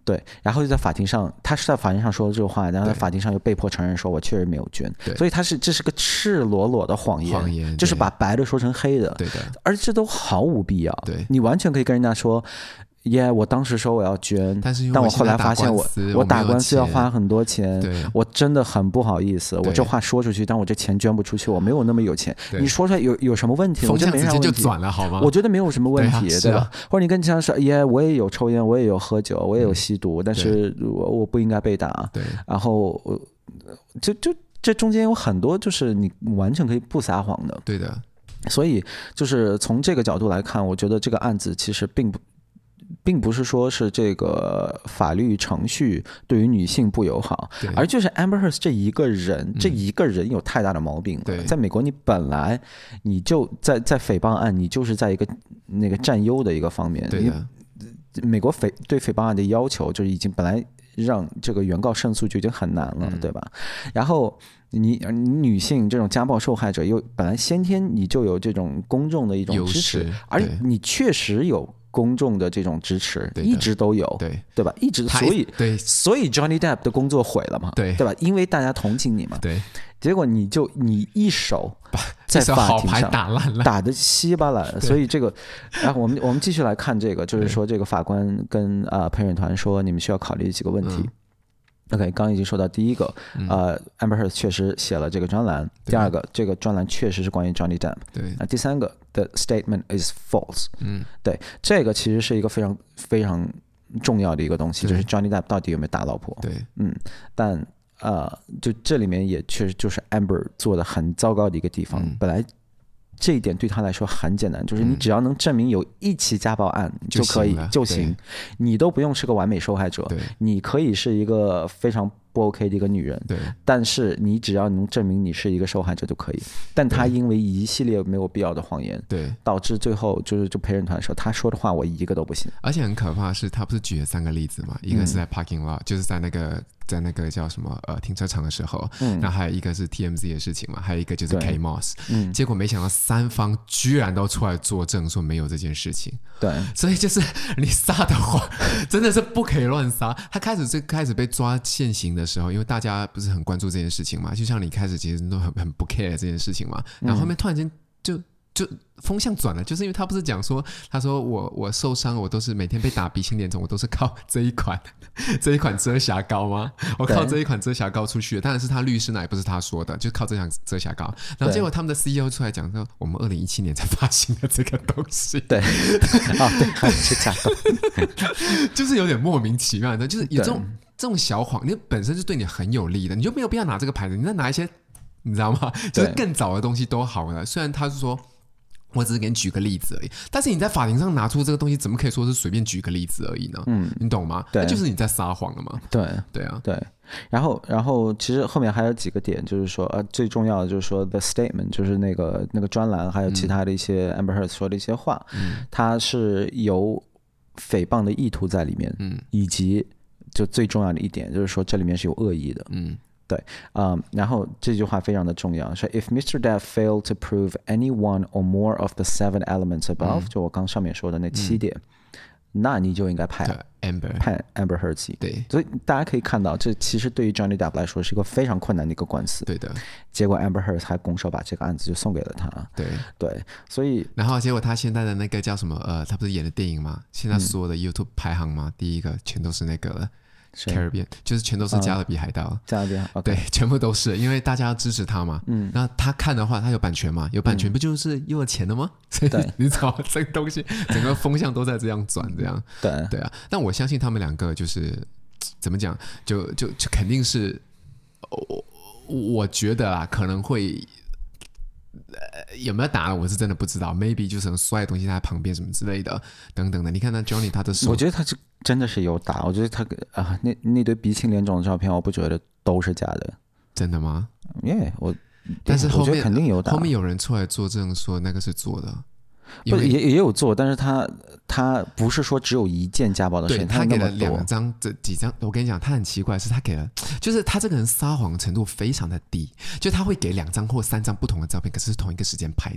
对，然后就在法庭上，他是在法庭上说的这个话，然后在法庭上又被迫承认说我确实没有捐，所以这是个赤裸裸的谎言，就是把白的说成黑的， 对的， 而这都毫无必要。 对， 你完全可以跟人家说。我当时说我要捐，但我后来发现我打官司要花很多钱，我真的很不好意思，我这话说出去，但我这钱捐不出去，我没有那么有钱。你说出来有什么问题？ 风向直接就转了好吗？ 我觉得没有什么问题，对吧？或者你跟人家说，我也有抽烟，我也有喝酒，我也有吸毒，但是我不应该被打。 对， 然后这中间有很多就是你完全可以不撒谎的。 对的。 所以就是从这个角度来看，我觉得这个案子其实并不是说是这个法律程序对于女性不友好，而就是 Amber Heard 这一个人有太大的毛病了。在美国，你本来你就在诽谤案，你就是在一个那个占优的一个方面。美国对诽谤案的要求就是已经本来让这个原告胜诉就已经很难了，对吧？然后你女性这种家暴受害者又本来先天你就有这种公众的一种支持，而你确实有公众的这种支持，一直都有，对吧？一直，所以 Johnny Depp 的工作毁了嘛，对吧？因为大家同情你嘛， 对。 结果你一手在法庭上打得稀巴烂，所以这个，然后我们继续来看这个，就是说这个法官跟陪审团说，你们需要考虑几个问题。OK， 刚刚已经说到第一个，Amber Heard 确实写了这个专栏。第二个，这个专栏确实是关于 Johnny Depp。 对。 第三个 ，the statement is false。对，这个其实是一个非常非常重要的一个东西，就是 Johnny Depp 到底有没有打老婆？ 对。 但就这里面也确实就是 Amber 做的很糟糕的一个地方。本来这一点对他来说很简单，就是你只要能证明有一起家暴案就可以就行，你都不用是个完美受害者，你可以是一个非常不 OK 的一个女人，但是你只要能证明你是一个受害者就可以。但他因为一系列没有必要的谎言，导致最后就陪审团说他说的话我一个都不信。 而且很可怕的是，他不是举了3个例子嘛？一个是在 parking lot，就是在那个叫什么停车场的时候，那还有一个是 TMZ 的事情嘛，还有一个就是 K Moss，结果没想到3方居然都出来作证说没有这件事情。 对， 所以就是你撒的谎真的是不可以乱撒。他开始被抓现行的时候，因为大家不是很关注这件事情嘛，就像你开始其实都很不 care 这件事情嘛，然后后面突然间就风向转了，就是因为他不是讲说，他说我受伤，我都是每天被打鼻青脸肿，我都是靠这一款遮瑕膏吗？我靠这一款遮瑕膏出去的，当然是他律师那也不是他说的，就靠这款遮瑕膏。然后结果他们的 CEO 出来讲说，我们2017年才发行的这个东西， 对，对，是假的， 就是有点莫名其妙的，就是有这种小谎，你本身就对你很有利的，你就没有必要拿这个牌子，你再拿一些，你知道吗？就是更早的东西都好了。虽然他是说，我只是给你举个例子而已，但是你在法庭上拿出这个东西，怎么可以说是随便举个例子而已呢？你懂吗？那就是你在撒谎了嘛。对。 然后其实后面还有几个点，就是说最重要的就是说 the statement， 就是那个专栏，还有其他的一些 Amber Heard 说的一些话，它是有诽谤的意图在里面，以及就最重要的一点就是说这里面是有恶意的，对，然后这句话非常的重要，说 If Mr. Depp failed to prove any one or more of the 7 elements above，就我刚上面说的那7点，那你就应该判 Amber Heard。 对， 所以大家可以看到，这其实对于 Johnny Depp 来说是一个非常困难的一个官司。 对的。 结果 Amber Heard 还拱手把这个案子就送给了他。对，所以然后结果他现在的那个叫什么他不是演的电影吗？现在所有的 YouTube 排行吗？第一个全都是那个。Caribbean 就是全都是加勒比海盗， 加勒比海盗， 对，全部都是，因为大家要支持他嘛。那他看的话，他有版权嘛？有版权不就是又有钱了吗？所以你知道这个东西，整个风向都在这样转，这样。对啊。但我相信他们2个就是怎么讲，就肯定是，我觉得啊，可能会。有没有打我是真的不知道 ，maybe 就是很摔的东西在旁边什么之类的，等等的。你看他 Johnny 他的手， 我觉得他真的是有打，我觉得他那堆鼻青脸肿的照片，我不觉得都是假的。 真的吗？ 但是后面肯定有打， 后面有人出来作证说那个是做的。 也有做，但是他不是说只有一件家暴的事情， 他给了2张，这几张，我跟你讲，他很奇怪，是他给了，就是他这个人撒谎程度非常的低，就他会给2张或3张不同的照片，可是是同一个时间拍的。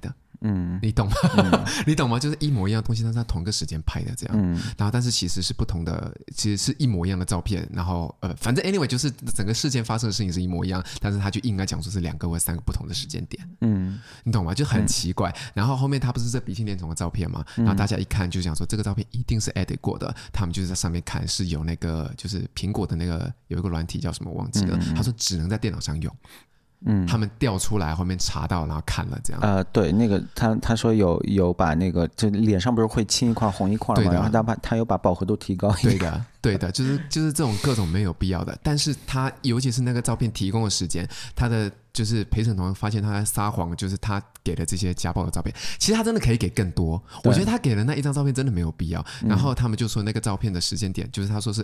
你懂吗？你懂吗？就是一模一样的东西，但是它同个时间拍的这样，然后但是其实是不同的，其实是一模一样的照片，然后反正 anyway 就是整个事件发生的事情是一模一样，但是他就应该讲说是2个或3个不同的时间点，你懂吗？就很奇怪。然后后面他不是这鼻青脸肿的照片吗？然后大家一看就想说这个照片一定是 edit 过的，他们就是在上面看是有那个就是苹果的那个有一个软体叫什么忘记了，他说只能在电脑上用。他们调出来后面查到然后看了这样对，那个他说有把那个就脸上不是会青一块红一块吗？然后他有把饱和度提高一点。 对的，就是这种各种没有必要的，但是他尤其是那个照片提供的时间，他的就是陪审团发现他在撒谎，就是他给的这些家暴的照片，其实他真的可以给更多。我觉得他给的那一张照片真的没有必要。然后他们就说那个照片的时间点，就是他说是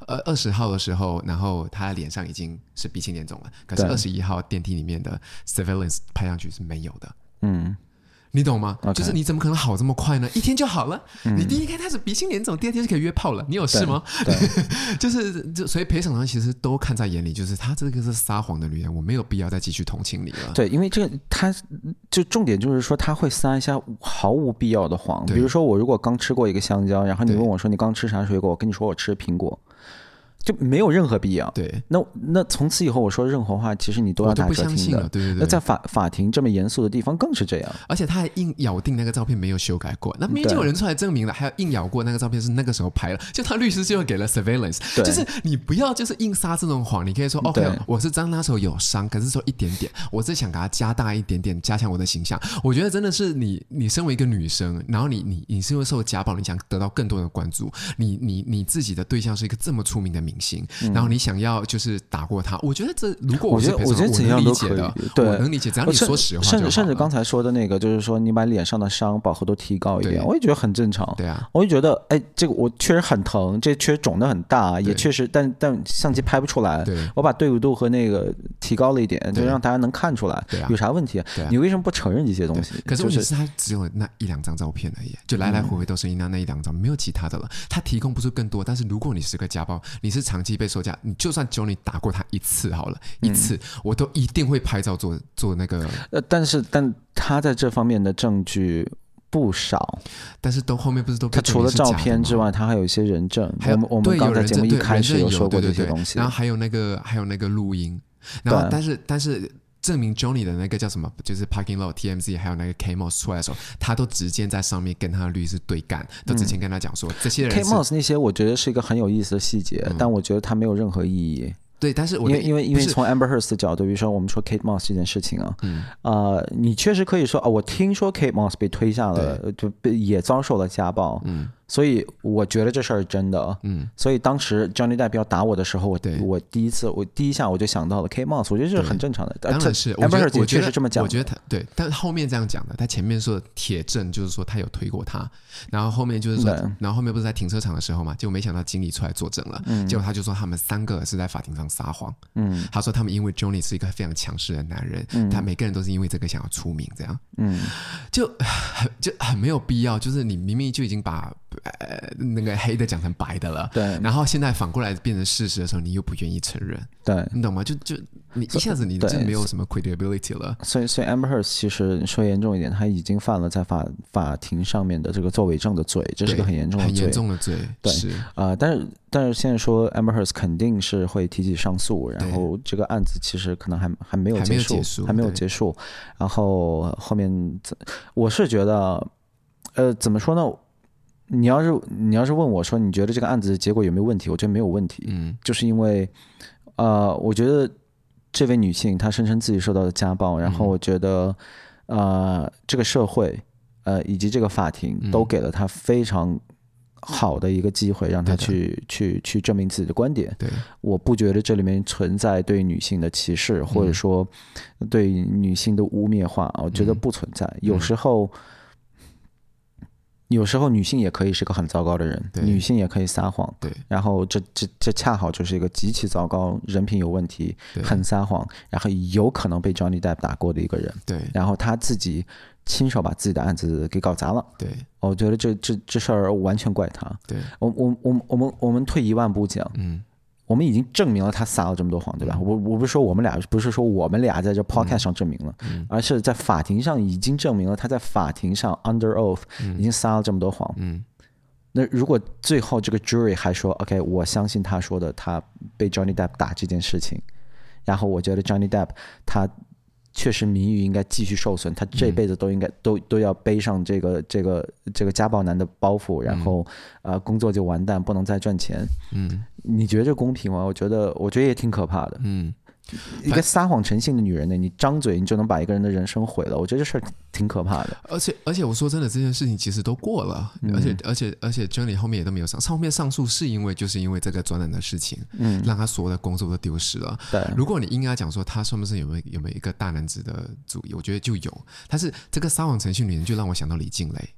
20号的时候，然后他脸上已经是鼻青脸肿了，可是21号电梯里面的 surveillance 拍上去是没有的。你懂吗？就是你怎么可能好这么快呢？1天就好了。你第一天开始鼻青脸肿，第2天就可以约炮了。你有事吗？对，所以陪审团其实都看在眼里，就是她这个是撒谎的女人，我没有必要再继续同情你了。 对，因为这个她就重点就是说她会撒一下毫无必要的谎，比如说我如果刚吃过一个香蕉，然后你问我说你刚吃啥水果，我跟你说我吃苹果。就没有任何必要。 对， 那从此以后我说任何话，其实你都要打折听的。 对。 那在法庭这么严肃的地方更是这样。 而且他还硬咬定那个照片没有修改过，那明明就有人出来证明了，还要硬咬过那个照片是那个时候拍了，就他律师就给了 surveillance。就是你不要就是硬撒这种谎，你可以说 OK， 我是那时候有伤，可是说一点点，我是想给他加大一点点，加强我的形象。我觉得真的是你身为一个女生，然后你是因为受家暴，你想得到更多的关注，你自己的对象是一个这么出名的明星，然后你想要就是打过他，我觉得这如果我是陪审团，我能理解的，我能理解，只要你说实话就好了。 甚至刚才说的那个，就是说你把脸上的伤饱和度提高一点，我也觉得很正常。 对啊， 我就觉得，这个我确实很疼，这确实肿得很大，也确实，但相机拍不出来。我把对比度和那个提高了一点，就让大家能看出来，有啥问题？你为什么不承认这些东西？ 可是问题是他只有那1-2张照片而已，就来来回回都是那1-2张，没有其他的了。他提供不出更多，但是如果你是个家暴，你是长期被受家，你就算Johnny打过他1次好了，1次我都一定会拍照做那个。 但他在这方面的证据不少， 但是后面不是都他除了照片之外，他还有一些人证。我们刚才节目一开始有说过这些东西， 然后还有那个录音，然后但是证明 Johnny 的那个叫什么，就是 Parking Lot TMZ 还有那个 K-Moss 出来的时候，他都直接在上面跟他的律师对干，都之前跟他讲说这些人 K-Moss 那些我觉得是一个很有意思的细节，但我觉得它没有任何意义。 对，但是因为从 Amber Heard 的角度，比如说我们说 Kate Moss 这件事情啊，你确实可以说我听说 Kate Moss 被推下了，就也遭受了家暴，所以我觉得这事儿是真的，所以当时 Johnny Depp 要打我的时候，我第一下我就想到了 Kate Moss， 我觉得这是很正常的。 当然是 Amber Heard 确实这么讲， 我觉得他对，但后面这样讲的，他前面说的铁证就是说他有推过他，然后后面就是说，然后后面不是在停车场的时候嘛，结果没想到经理出来作证了，结果他就说他们3个是在法庭上撒谎，他说他们因为 Johnny 是一个非常强势的男人，他每个人都是因为这个想要出名，这样，就很没有必要，就是你明明就已经把那个黑的讲成白的了， 对， 然后现在反过来变成事实的时候，你又不愿意承认， 对， 你懂吗？就你一下子你就没有什么 credibility 了。所以 Amber Heard 其实说严重一点，他已经犯了在法庭上面的这个作伪证的罪，这是个很严重的罪， 很严重的罪。 对，是但是现在说 Amber Heard 肯定是会提起上诉，然后这个案子其实可能还没有结束，还没有结束。然后后面我是觉得，怎么说呢？你要是问我说你觉得这个案子结果有没有问题？我觉得没有问题，就是因为我觉得这位女性她声称自己受到的家暴，然后我觉得这个社会以及这个法庭都给了她非常好的一个机会，让她去证明自己的观点。 对，我不觉得这里面存在对女性的歧视，或者说对女性的污蔑化，我觉得不存在。有时候女性也可以是个很糟糕的人，女性也可以撒谎， 对， 然后这恰好就是一个极其糟糕、人品有问题、很撒谎，然后有可能被 Johnny Depp 打过的一个人， 对， 然后他自己亲手把自己的案子给搞砸了， 对， 我觉得这事儿完全怪他， 对， 我们退一万步讲， 我们已经证明了他撒了这么多谎，对吧？我不是说我们俩在这 podcast 上证明了，而是在法庭上已经证明了他在法庭上 under oath 已经撒了这么多谎。那如果最后这个 jury 还说 OK， 我相信他说的他被 Johnny Depp 打这件事情，然后我觉得 Johnny Depp 他确实名誉应该继续受损，他这辈子都应该都要背上这个家暴男的包袱，然后工作就完蛋，不能再赚钱。你觉得这公平吗？我觉得也挺可怕的。一个撒谎成性的女人呢，你张嘴你就能把一个人的人生毁了，我觉得这事儿挺可怕的。 而且我说真的，这件事情其实都过了，而且 Johnny 后面也都没有后面上诉，是因为这个专栏的事情，让他所有的工作都丢失了。 对， 如果你应该讲说他是不是有没有一个大男子的主义，我觉得就有。但是这个撒谎成性女人就让我想到李静蕾。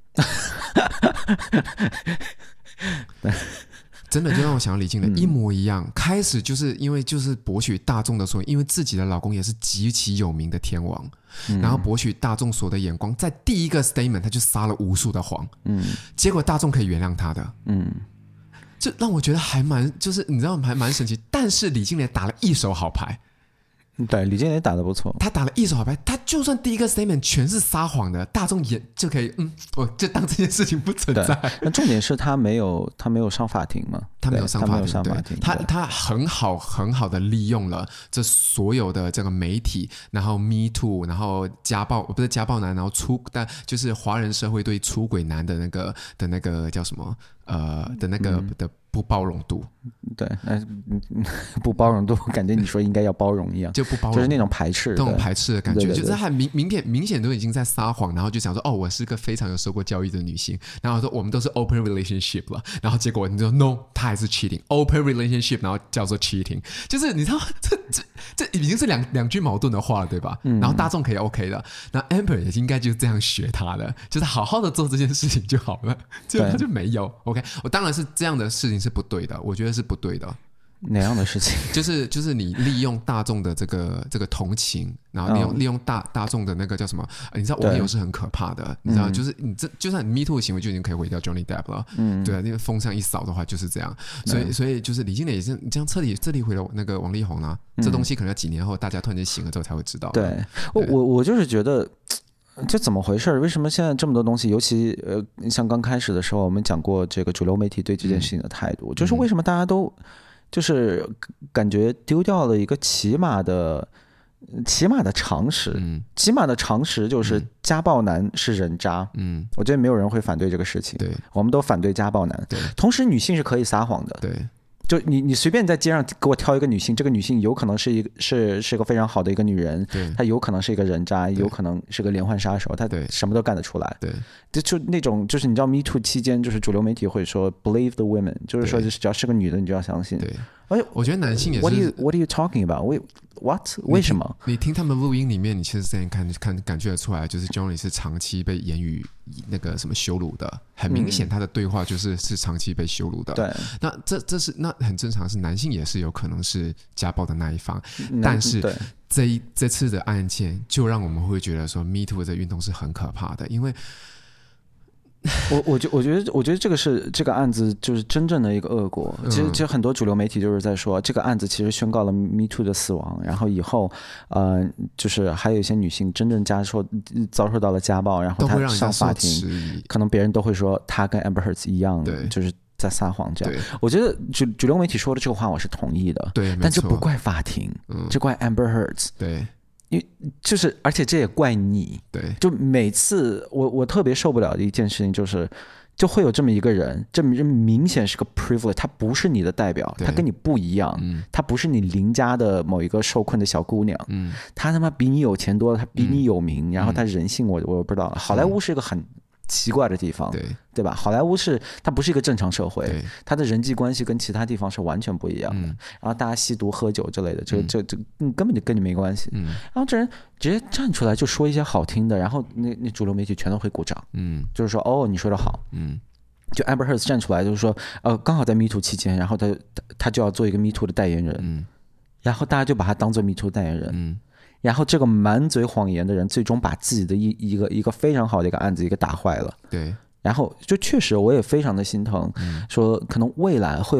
真的就让我想到李静蕾一模一样，开始就是因为就是博取大众的所，因为自己的老公也是极其有名的天王，然后博取大众所的眼光，在第一个 statement 他就撒了无数的谎，结果大众可以原谅他的，就让我觉得还蛮就是你知道还蛮神奇。但是李静蕾打了一手好牌。 对，李静蕾打得不错， 他打了一手好牌，他就算第一个 statement 全是撒谎的，大众也就可以我就当这件事情不存在。 那重点是他没有上法庭嘛？ 他没有上法庭，他很好的利用了这所有的这个媒体，然后 Me Too， 然后不是家暴男，然后但就是华人社会对出轨男的那个叫什么的那个的不包容度。 对，不包容度，感觉你说应该要包容一样， 就不包容， 就是那种排斥， 那种排斥的感觉，对，就是他明显都已经在撒谎，然后就想说我是个非常有受过教育的女性，然后说我们都是 open relationship 了，然后结果你就 no， 他还是 cheating，open relationship， 然后叫做 cheating， 就是你知道这已经是两句矛盾的话了，对吧？然后大众可以 OK 的，那 Amber 也应该就是这样学他的，就是好好的做这件事情就好了，结果他就没有 OK。我当然是这样的事情是不对的，我觉得是不对的。 哪样的事情？ 就是你利用大众的这个同情，然后利用大众的那个叫什么？你知道网友是很可怕的，你知道，就是你就算你 Me Too 的行为就已经可以毁掉 Johnny Depp 了，对啊，那个风向一扫的话就是这样，所以就是李静蕾也是这样彻底毁了那个王力宏啊，这东西可能要几年后大家突然间醒了之后才会知道。 对，我就是觉得。这怎么回事？为什么现在这么多东西，尤其像刚开始的时候我们讲过这个主流媒体对这件事情的态度，就是为什么大家都就是感觉丢掉了一个起码的常识，起码的常识就是家暴男是人渣，我觉得没有人会反对这个事情， 对， 我们都反对家暴男， 对， 同时女性是可以撒谎的， 对。 就你随便在街上给我挑一个女性，这个女性有可能是个非常好的一个女人，她有可能是一个人渣，有可能是个连环杀手，她什么都干得出来。 对， 就那种就是你知道 Me Too 期间，就是主流媒体会说 Believe the women， 就是说只要是个女的你就要相信。 对，我觉得男性也是。 What are you talking about? What? 为什么？ 你听他们录音里面，你其实之前感觉得出来，就是 Johnny 是长期被言语那个什么羞辱的，很明显他的对话是长期被羞辱的。 对， 那这是那很正常，是男性也是有可能是家暴的那一方，但是这次的案件就让我们会觉得说 Me Too 这运动是很可怕的，因为。 我觉得这个案子就是真正的一个恶果。其实很多主流媒体就是在说，这个案子其实宣告了 Me Too 的死亡，然后以后就是还有一些女性真正遭受到了家暴，然后她上法庭，可能别人都会说她跟 Amber Heard 一样，就是在撒谎这样。我觉得主流媒体说的这个话我是同意的， 对， 但这不怪法庭，这怪 Amber Heard。 对。 因为就是，而且这也怪你。 对， 就每次我特别受不了的一件事情就是，就会有这么一个人，这么明显是个 privilege， 他不是你的代表，他跟你不一样，他不是你邻家的某一个受困的小姑娘，他他妈比你有钱多了，他比你有名，然后他人性我不知道了。好莱坞是一个很奇怪的地方，对吧？好莱坞它不是一个正常社会，它的人际关系跟其他地方是完全不一样的。然后大家吸毒喝酒之类的，这根本就跟你没关系。然后这人直接站出来就说一些好听的，然后那主流媒体全都会鼓掌。就是说哦，你说的好。就 Amber Heard 站出来就是说，刚好在 Me Too 期间，然后他就要做一个 Me Too 的代言人，然后大家就把他当做 Me Too 代言人。然后这个满嘴谎言的人，最终把自己的一个非常好的一个案子打坏了。 对， 然后就确实我也非常的心疼，说可能未来会有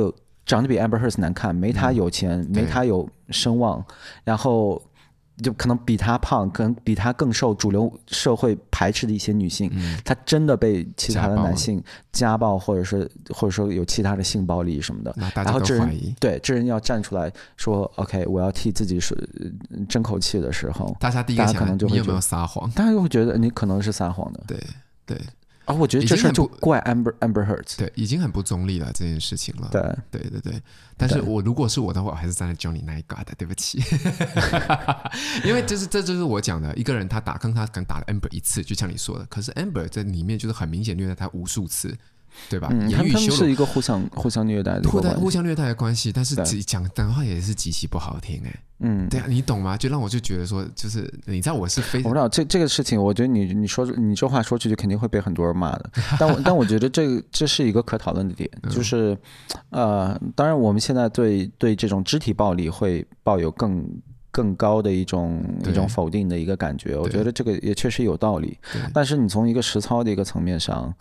长得比 Amber Heard 难看，没他有钱，没他有声望，然后就可能比他胖，可能比他更受主流社会排斥的一些女性，她真的被其他的男性家暴，或者说有其他的性暴力什么的，然后这人要站出来说 OK 我要替自己争口气的时候， 大家第一个想你有没有撒谎， 大家会觉得你可能是撒谎的。 对我觉得这事就怪 Amber Heard， 对，已经很不中立了这件事情了。对，但是如果是我的话，我还是站在 Johnny 那一挂的，对不起，因为这就是我讲的，一个人他刚打了 Amber 一次，就像你说的，可是 Amber 在里面就是很明显虐待他无数次。对吧？ 他们是一个互相虐待的互相虐待的关系，但是讲的话也是极其不好听对啊，你懂吗？就让我就觉得说，就是你知道我是非常， 我不知道这个事情，我觉得你这话说出去肯定会被很多人骂的，但我觉得这是一个可讨论的点，就是当然我们现在对这种肢体暴力会抱有更高的一种否定的一个感觉，我觉得这个也确实有道理，但是你从一个实操的一个层面上。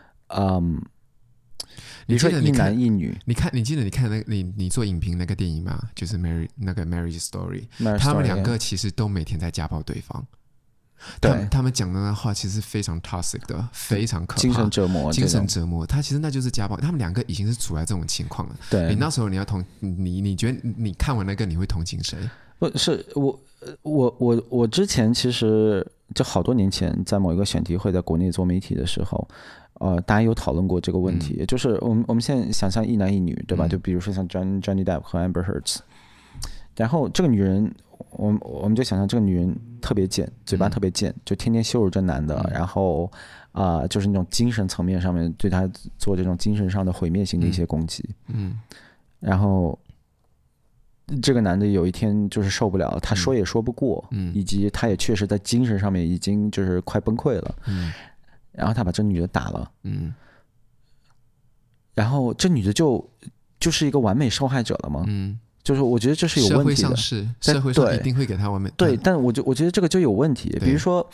你说一男一女， 你记得你看你做影评那个电影吗？就是 Marriage Story， 他们两个其实都每天在家暴对方。对，他们讲的那话其实非常 toxic 的，非常可怕， 精神折磨。 他其实那就是家暴，他们两个已经是处在这种情况了。 对， 你那时候你要你觉得你看完那个你会同情谁？ 不是我之前其实就好多年前在某一个选题会在国内做媒体的时候。大家有讨论过这个问题，就是我们现在想象一男一女，对吧？就比如说像 Johnny Depp 和 Amber Heard， 然后这个女人，我们就想象这个女人特别贱，嘴巴特别贱，就天天羞辱这男的，然后就是那种精神层面上面对他做这种精神上的毁灭性的一些攻击，然后这个男的有一天就是受不了，他说也说不过，以及他也确实在精神上面已经就是快崩溃了，然后他把这女的打了，然后这女的就是一个完美受害者了吗？就是我觉得这是有问题的。 社会上一定会给他完美。 对，但我觉得这个就有问题。比如说，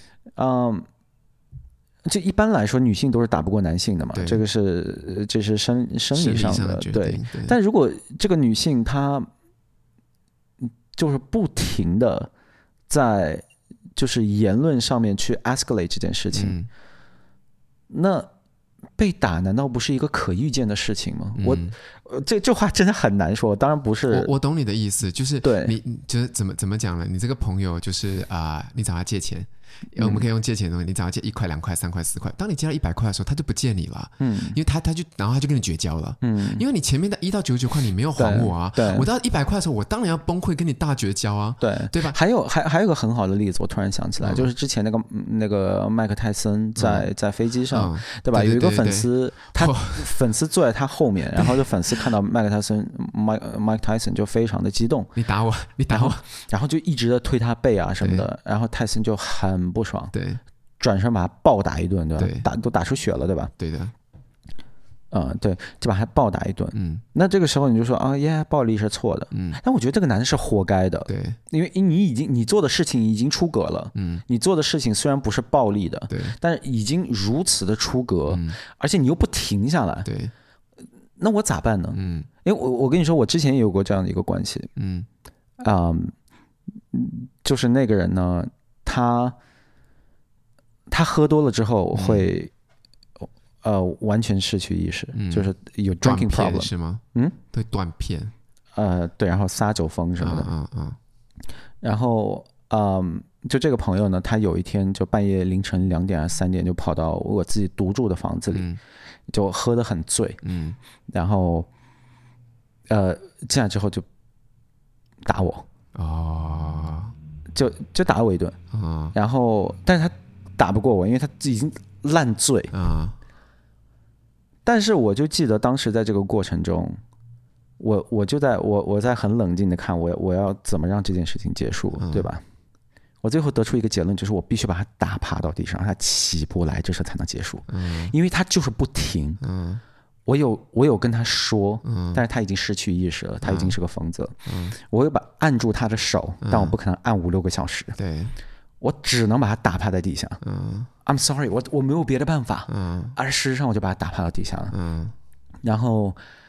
就一般来说，女性都是打不过男性的嘛，这是生理上的对。但如果这个女性她就是不停的在就是言论上面去 escalate 这件事情。那被打难道不是一个可预见的事情吗？这话真的很难说，当然不是。 我懂你的意思，就是对， 你就是怎么讲呢？你这个朋友就是你找他借钱，我们可以用借钱的东西，你找他借1块、2块、3块、4块，当你借到100块的时候，他就不借你了，因为然后他就跟你绝交了，因为你前面的1到99块你没有还我啊，我到100块的时候，我当然要崩溃跟你大绝交啊，对吧？ 还有个很好的例子，我突然想起来，就是之前那个麦克泰森在飞机上，对吧？有一个粉丝，他粉丝坐在他后面，然后就粉丝看到麦克泰森 Mike Tyson 就非常的激动， 你打我， 然后就一直在推他背啊什么的，然后泰森就很不爽， 对， 转身把他暴打一顿，对吧？都打出血了，对吧？ 对的， 对，就把他暴打一顿。那这个时候你就说暴力是错的，但我觉得这个男的是活该的， 对， 因为你做的事情已经出格了，你做的事情虽然不是暴力的， 对， 但是已经如此的出格，而且你又不停下来， 对。 那我咋办呢？因为我跟你说，我之前也有过这样的一个关系，就是那个人呢，他喝多了之后会完全失去意识，就是有 drinking problem 是吗？对，断片， 对，然后撒酒疯什么的，然后就这个朋友呢，他有一天就半夜凌晨2点还是3点就跑到我自己独住的房子里，就喝得很醉，然后进来之后就打我，就打我一顿，然后但是他打不过我，因为他已经烂醉，但是我就记得当时在这个过程中，我在很冷静的看我要怎么让这件事情结束，对吧？我最后得出一个结论，就是我必须把他打趴到地上，让他起不来，这事才能结束。因为他就是不停。我有跟他说，但是他已经失去意识了，他已经是个疯子了。我有按住他的手，但我不可能按5-6个小时。 对， 我只能把他打趴在地下。I'm sorry， 我没有别的办法。而事实上我就把他打趴到地下了。然后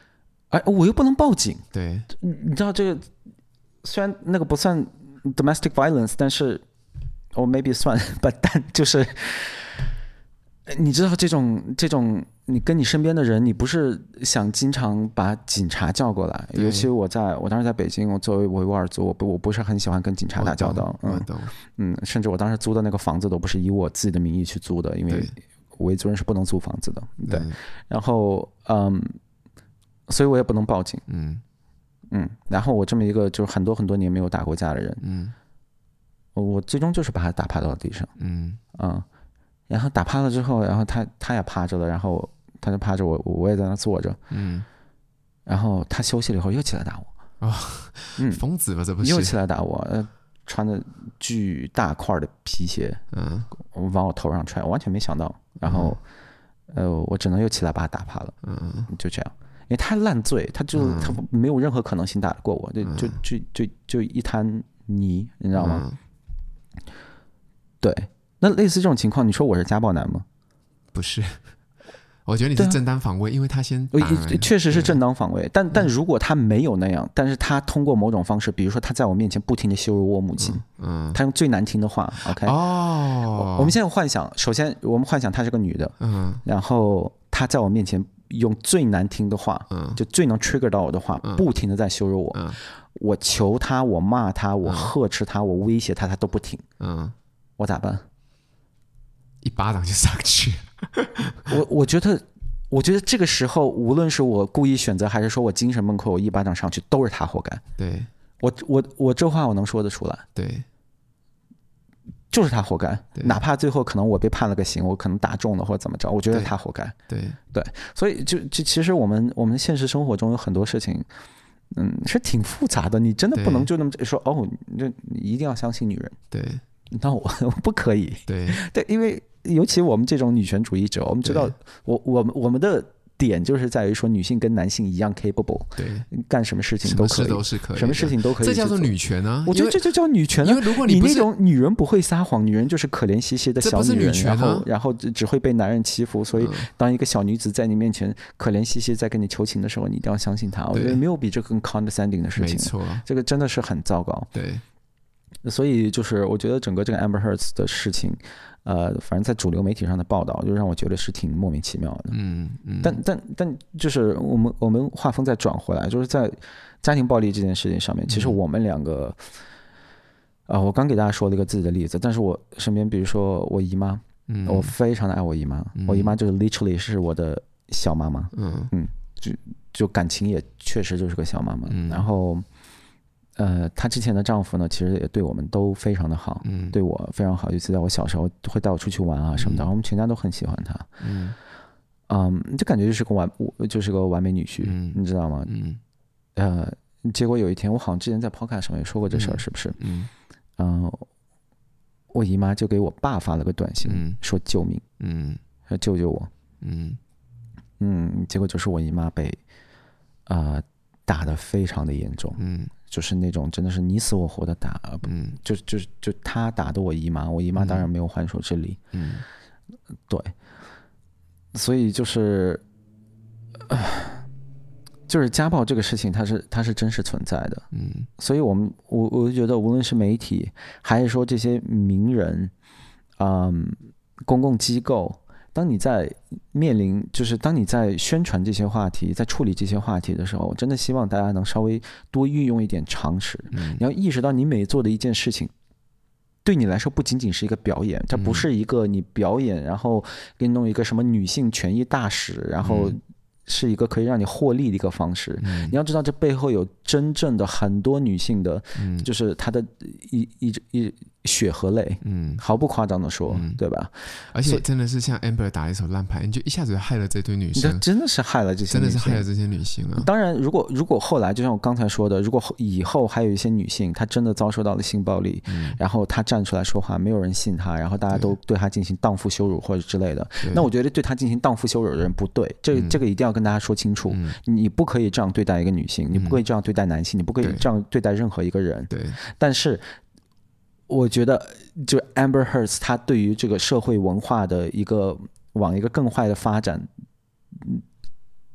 哎，我又不能报警。 对， 你知道这个虽然那个不算 domestic violence， 但是maybe 算，但就是你知道这种你跟你身边的人，你不是想经常把警察叫过来，尤其我当时在北京，我作为维吾尔族，我不是很喜欢跟警察打交道。甚至我当时租的那个房子都不是以我自己的名义去租的，因为维族人是不能租房子的。对，然后所以我也不能报警。然后我这么一个就是很多年没有打过架的人，我最终就是把他打趴到了地上。然后打趴了之后，然后他也趴着了，然后他就趴着我也在那坐着。然后他休息了以后又起来打我。 疯子吧，这不是又起来打我，穿着巨大块的皮鞋，往我头上踹，我完全没想到。然后我只能又起来把他打趴了。就这样，因为他烂醉，他没有任何可能性打得过我，就一滩泥，你知道吗？对。那类似这种情况，你说我是家暴男吗？ 不是，我觉得你是正当防卫，因为他先打人， 确实是正当防卫。但如果他没有那样，但是他通过某种方式，比如说他在我面前不停的羞辱我母亲，他用最难听的话 ，OK， 我们现在幻想，首先我们幻想她是个女的，然后她在我面前用最难听的话，就最能 trigger 到我的话，不停的在羞辱我，我求她，我骂她，我呵斥她，我威胁她，她都不停，我咋办？ 一巴掌就上去。 我觉得这个时候，无论是我故意选择，还是说我精神崩溃，我一巴掌上去，都是他活该。 对， 我这话我能说得出来。 对， 就是他活该。哪怕最后可能我被判了个刑，我可能打中了或者怎么着，我觉得他活该。 对， 所以就其实我们现实生活中有很多事情，是挺复杂的。你真的不能就那么说你一定要相信女人。 对。 那我不可以。 对， 因为尤其我们这种女权主义者，我们知道我们的点就是在于说女性跟男性一样 capable， 对， 干什么事情都可以，什么事情都可以， 这叫做女权啊！ 我觉得这就叫女权啊！ 因为如果你那种女人不会撒谎，女人就是可怜兮兮的小女人，然后只会被男人欺负，所以当一个小女子在你面前可怜兮兮在跟你求情的时候，你一定要相信她。我觉得没有比这更 condescending 的事情， 没错， 这个真的是很糟糕。 对。 所以就是我觉得整个这个 Amber Heard 的事情，反正在主流媒体上的报道，就让我觉得是挺莫名其妙的。但就是我们话锋再转回来，就是在家庭暴力这件事情上面，其实我们两个，我刚给大家说了一个自己的例子，但是我身边比如说我姨妈，我非常的爱我姨妈，我姨妈就是 literally 是我的小妈妈，就感情也确实就是个小妈妈，然后。她之前的丈夫呢，其实也对我们都非常的好，对我非常好。尤其在我小时候，会带我出去玩啊什么的，我们全家都很喜欢她。就感觉就是个完美女婿，你知道吗？结果有一天，我好像之前在 podcast 上面也说过这事儿，是不是？我姨妈就给我爸发了个短信，说救命，说救救我，结果就是我姨妈被打得非常的严重，就是那种真的是你死我活的打，就他打的我姨妈，我姨妈当然没有还手之力，对，所以就是家暴这个事情，它是真实存在的，所以我就觉得无论是媒体还是说这些名人，公共机构。当你在当你在宣传这些话题，在处理这些话题的时候，我真的希望大家能稍微多运用一点常识。你要意识到，你每做的一件事情，对你来说不仅仅是一个表演，它不是一个你表演，然后给你弄一个什么女性权益大使，然后是一个可以让你获利的一个方式。你要知道，这背后有真正的很多女性的，就是她的一血和泪，毫不夸张的说，对吧？ 而且真的是像 Amber 打一手烂牌，你就一下子害了这堆女生， 真的是害了这些女性， 真的是害了这些女性啊！ 当然，如果后来就像我刚才说的，如果以后还有一些女性，她真的遭受到了性暴力，然后她站出来说话，没有人信她，然后大家都对她进行荡妇羞辱或者之类的，那我觉得对她进行荡妇羞辱的人不对，这个一定要跟大家说清楚，你不可以这样对待一个女性，你不可以这样对待男性，你不可以这样对待任何一个人。 对， 但是。我觉得，就 Amber Heard 她对于这个社会文化的往一个更坏的发展，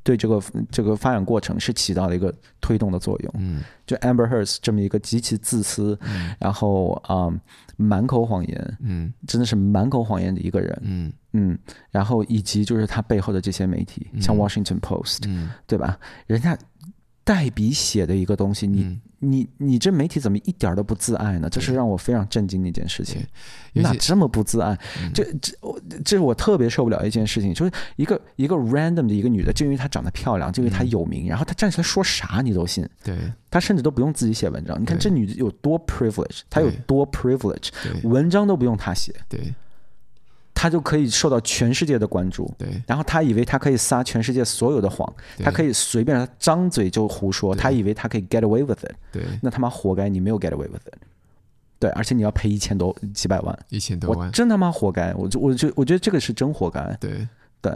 对这个发展过程是起到了一个推动的作用。就 Amber Heard 这么一个极其自私，然后满口谎言，真的是满口谎言的一个人，然后以及就是他背后的这些媒体，像 Washington Post，对吧？人家代笔写的一个东西，你这媒体怎么一点都不自爱呢？这是让我非常震惊的一件事情。哪这么不自爱？这是我特别受不了的一件事情，就是一个 random 的一个女的，就因为她长得漂亮，就因为她有名，然后她站起来说啥你都信。 对， 她甚至都不用自己写文章。你看这女的有多 privilege， 她有多 privilege， 文章都不用她写。 对。 他就可以受到全世界的关注， 对。 然后他以为他可以撒全世界所有的谎，他可以随便张嘴就胡说，他以为他可以 get away with it， 对， 那他妈活该，你没有 get away with it， 对，而且你要赔1000多几百万 ，1000多万， 我真他妈活该，我觉得这个是真活该， 对，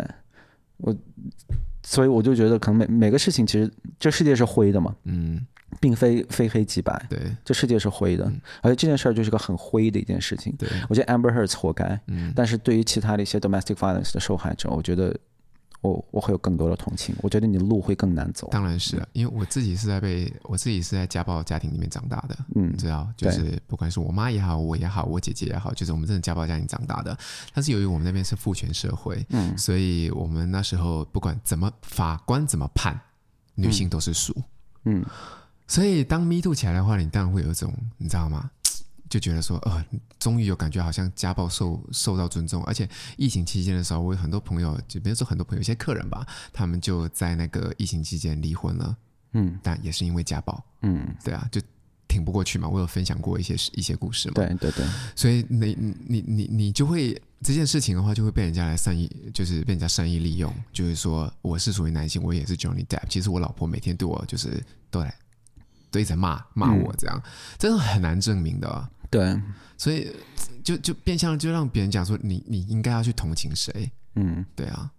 所以我就觉得可能每个事情其实这世界是灰的嘛，并非黑即白， 对， 这世界是灰的，而且这件事儿就是个很灰的一件事情。 对， 我觉得 Amber Heard 活该，但是对于其他的一些 domestic violence 的受害者，我觉得我会有更多的同情，我觉得你的路会更难走。 当然是因为我自己是在家暴家庭里面长大的，你知道，就是不管是我妈也好，我也好，我姐姐也好，就是我们真的家暴家庭长大的。但是由于我们那边是父权社会，所以我们那时候不管怎么法官怎么判，女性都是输，所以当 Me Too 起来的话，你当然会有一种你知道吗？就觉得说终于有感觉好像家暴受到尊重。而且疫情期间的时候，我有很多朋友，就比如说很多朋友，一些客人吧，他们就在那个疫情期间离婚了，但也是因为家暴，对啊，就挺不过去嘛。我有分享过一些故事嘛， 对， 所以你就会这件事情的话，就会被人家来就是被人家善意利用，就是说我是属于男性，我也是 Johnny Depp， 其实我老婆每天对我就是都一直在骂我，这样真的很难证明的。 对， 所以就变相就让别人讲说你应该要去同情谁，对啊，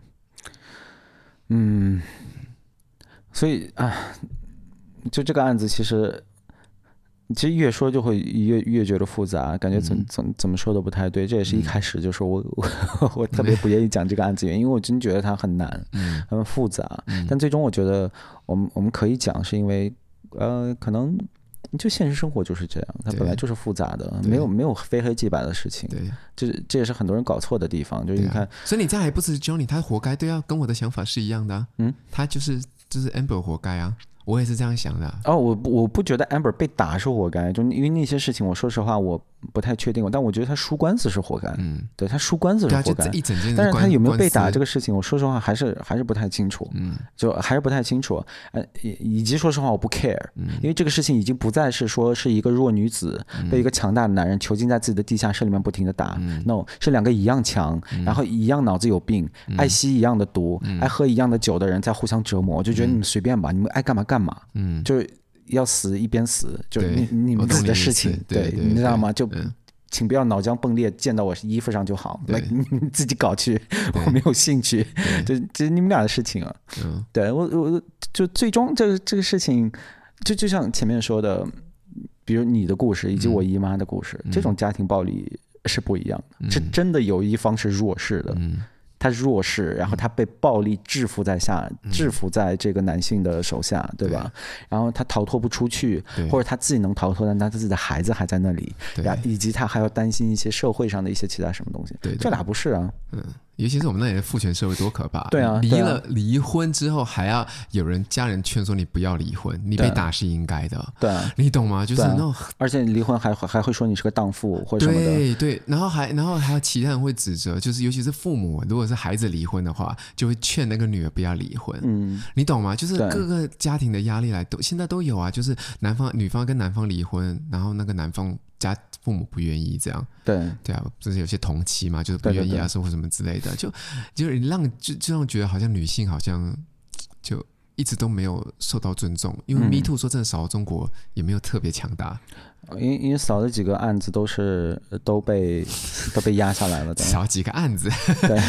所以就这个案子其实越说就会越觉得复杂，感觉怎么说都不太对。这也是一开始就是我特别不愿意讲这个案子原因，因为我真觉得它很难，很复杂。但最终我觉得我们可以讲，是因为可能就现实生活就是这样，它本来就是复杂的，没有非黑即白的事情。对，这也是很多人搞错的地方。就是你看， 所以你这样还不是 Johnny 他活该？对啊，跟我的想法是一样的。他就是 Amber 活该啊。我也是这样想的。 我不觉得 Amber 被打是活该，就因为那些事情，我说实话我不太确定，但我觉得他输官司是活该。对，他输官司是活该，但是他有没有被打这个事情，我说实话还是不太清楚。就还是不太清楚。以及说实话我不 care，因为这个事情已经不再是说是一个弱女子被一个强大的男人囚禁在自己的地下室里面不停的打，no， 是两个一样强，然后一样脑子有病，爱吸一样的毒，爱喝一样的酒的人在互相折磨。我就觉得你们随便吧，你们爱干嘛干嘛，就是要死一边死，就你们自己的事情，对，你知道吗？就请不要脑浆迸裂溅到我衣服上就好，你自己搞去，我没有兴趣，这是你们俩的事情啊。对，我就最终这个事情，就像前面说的，比如你的故事以及我姨妈的故事，这种家庭暴力是不一样的，是真的有一方是弱势的。他弱势，然后他被暴力制服在这个男性的手下，对吧？然后他逃脱不出去，或者他自己能逃脱，但他自己的孩子还在那里，以及他还要担心一些社会上的一些其他什么东西。这俩不是啊。 尤其是我们那里的父权社会多可怕！ 对啊， 离婚之后还要有家人劝说你不要离婚，你被打是应该的。 对啊， 你懂吗？就是那种， 而且离婚还会说你是个荡妇或者什么的。 对，然后还有其他人会指责，就是尤其是父母，如果是孩子离婚的话，就会劝那个女儿不要离婚。你懂吗？就是各个家庭的压力现在都有啊，就是女方跟男方离婚，然后那个男方父母不愿意这样，对啊，就是有些同妻嘛，就是不愿意啊，或什么之类的，就让觉得好像女性好像就一直都没有受到尊重，因为 Me Too 说真的少了中国也没有特别强大。 因为少了几个案子都被压下来了的， 少几个案子， 对，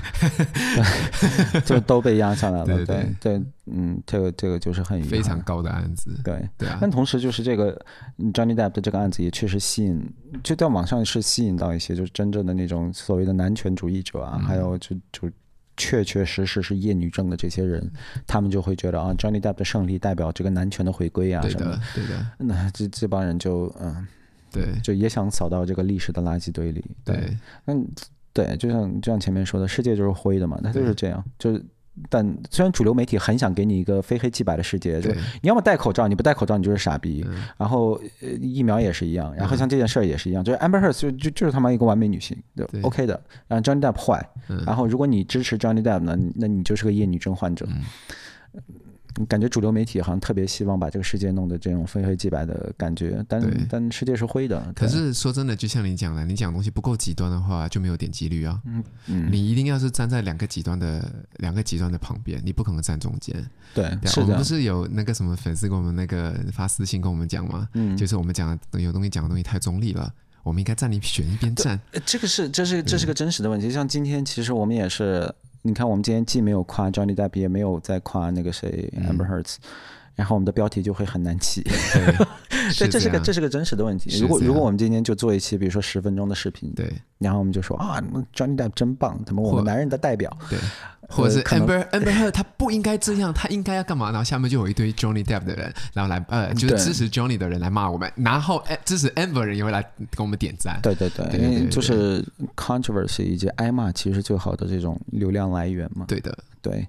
就都被压下来了，对，这个就是很非常高的案子， 对啊。 但同时就是这个 Johnny Depp 的这个案子也确实就在网上是吸引到一些就是真正的那种所谓的男权主义者啊，还有就确实是厌女症的这些人，他们就会觉得啊 Johnny Depp 的胜利代表这个男权的回归啊什么的， 对的， 那这帮人就对， 就也想扫到这个历史的垃圾堆里。 对， 对，就像前面说的，世界就是灰的嘛，它就是这样。但虽然主流媒体很想给你一个非黑即白的世界，就你要么戴口罩，你不戴口罩你就是傻逼。然后疫苗也是一样，然后像这件事儿也是一样，就是 Amber Heard 就是他妈一个完美女性，对 OK 的。然后 Johnny Depp 坏，然后如果你支持 Johnny Depp 呢，那你就是个厌女症患者。感觉主流媒体好像特别希望把这个世界弄得这种非黑即白的感觉，但世界是灰的。 可是说真的，就像你讲的，你讲东西不够极端的话，就没有点击率啊。你一定要是站在两个极端的旁边，你不可能站中间。 对，是的。 我们不是有那个什么粉丝跟我们那个发私信跟我们讲吗？就是我们讲的有东西讲的东西太中立了，我们应该选一边站。这是个真实的问题。像今天其实我们也是。你看，我们今天既没有夸 Johnny Depp， 也没有在夸那个谁 Amber Heard，然后我们的标题就会很难起。对，这是个真实的问题。如果我们今天就做一期，比如说10分钟的视频， 对， 然后我们就说啊 ，Johnny Depp 真棒，他们我们男人的代表， 对，或者是 Amber Heard 他不应该这样，他应该要干嘛？然后下面就有一堆 Johnny Depp 的人，然后来就是支持 Johnny 的人来骂我们，然后支持 Amber 人也会来跟我们点赞。 对，因为就是 controversy 以及挨骂，其实是最好的这种流量来源嘛。 对的， 对，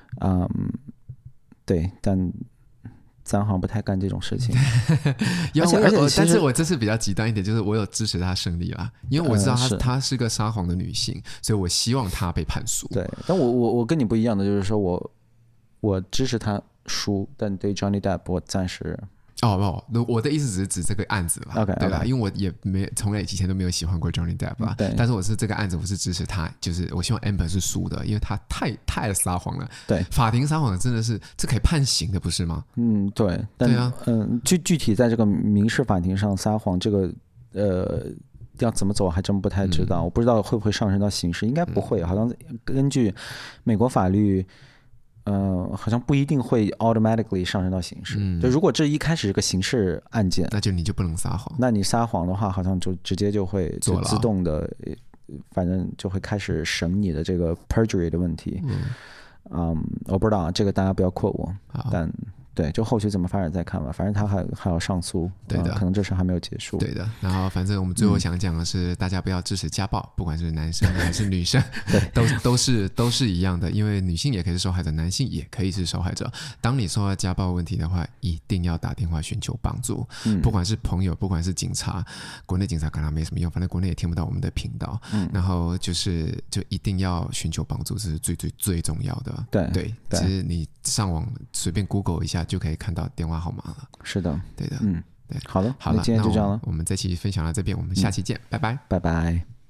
对，但。咱好像不太干这种事情， 而且但是我这次比较极端一点，就是我有支持她胜利啦，因为我知道她是个撒谎的女性，所以我希望她被判输。 对，但我跟你不一样的就是说我支持她输，但对 Johnny Depp 我暂时。 我的意思只是指这个案子吧，对吧？因为我也从来以前都没有喜欢过 Johnny Depp 啦，但是我是这个案子，我是支持他，就是我希望 Amber 是输的，因为他太撒谎了。对，法庭撒谎真的是这可以判刑的，不是吗？ 对， 对啊， 具体在这个民事法庭上撒谎，这个要怎么走还真不太知道，我不知道会不会上升到刑事，应该不会，好像根据美国法律。好像不一定会 automatically 上升到刑事。就如果这一开始是个刑事案件， 那就你就不能撒谎。 那你撒谎的话，好像就直接就会就自动的，反正就会开始审你的这个 perjury 的问题。我不知道这个大家不要quote我，但对，就后续怎么发展再看吧。反正他还要上诉， 对的， 可能这事还没有结束。 对的。然后反正我们最后想讲的是，大家不要支持家暴，不管是男生还是女生，对，都是一样的。因为女性也可以是受害者，男性也可以是受害者。当你受到家暴问题的话，一定要打电话寻求帮助。不管是朋友，不管是警察，国内警察可能没什么用，反正国内也听不到我们的频道。然后就一定要寻求帮助，这是最重要的。对，其实你上网随便 Google 一下。就可以看到电话号码了。 是的， 对的， 对，好了，那今天就这样了。 我们这期分享到这边，我们下期见，拜拜， 拜拜。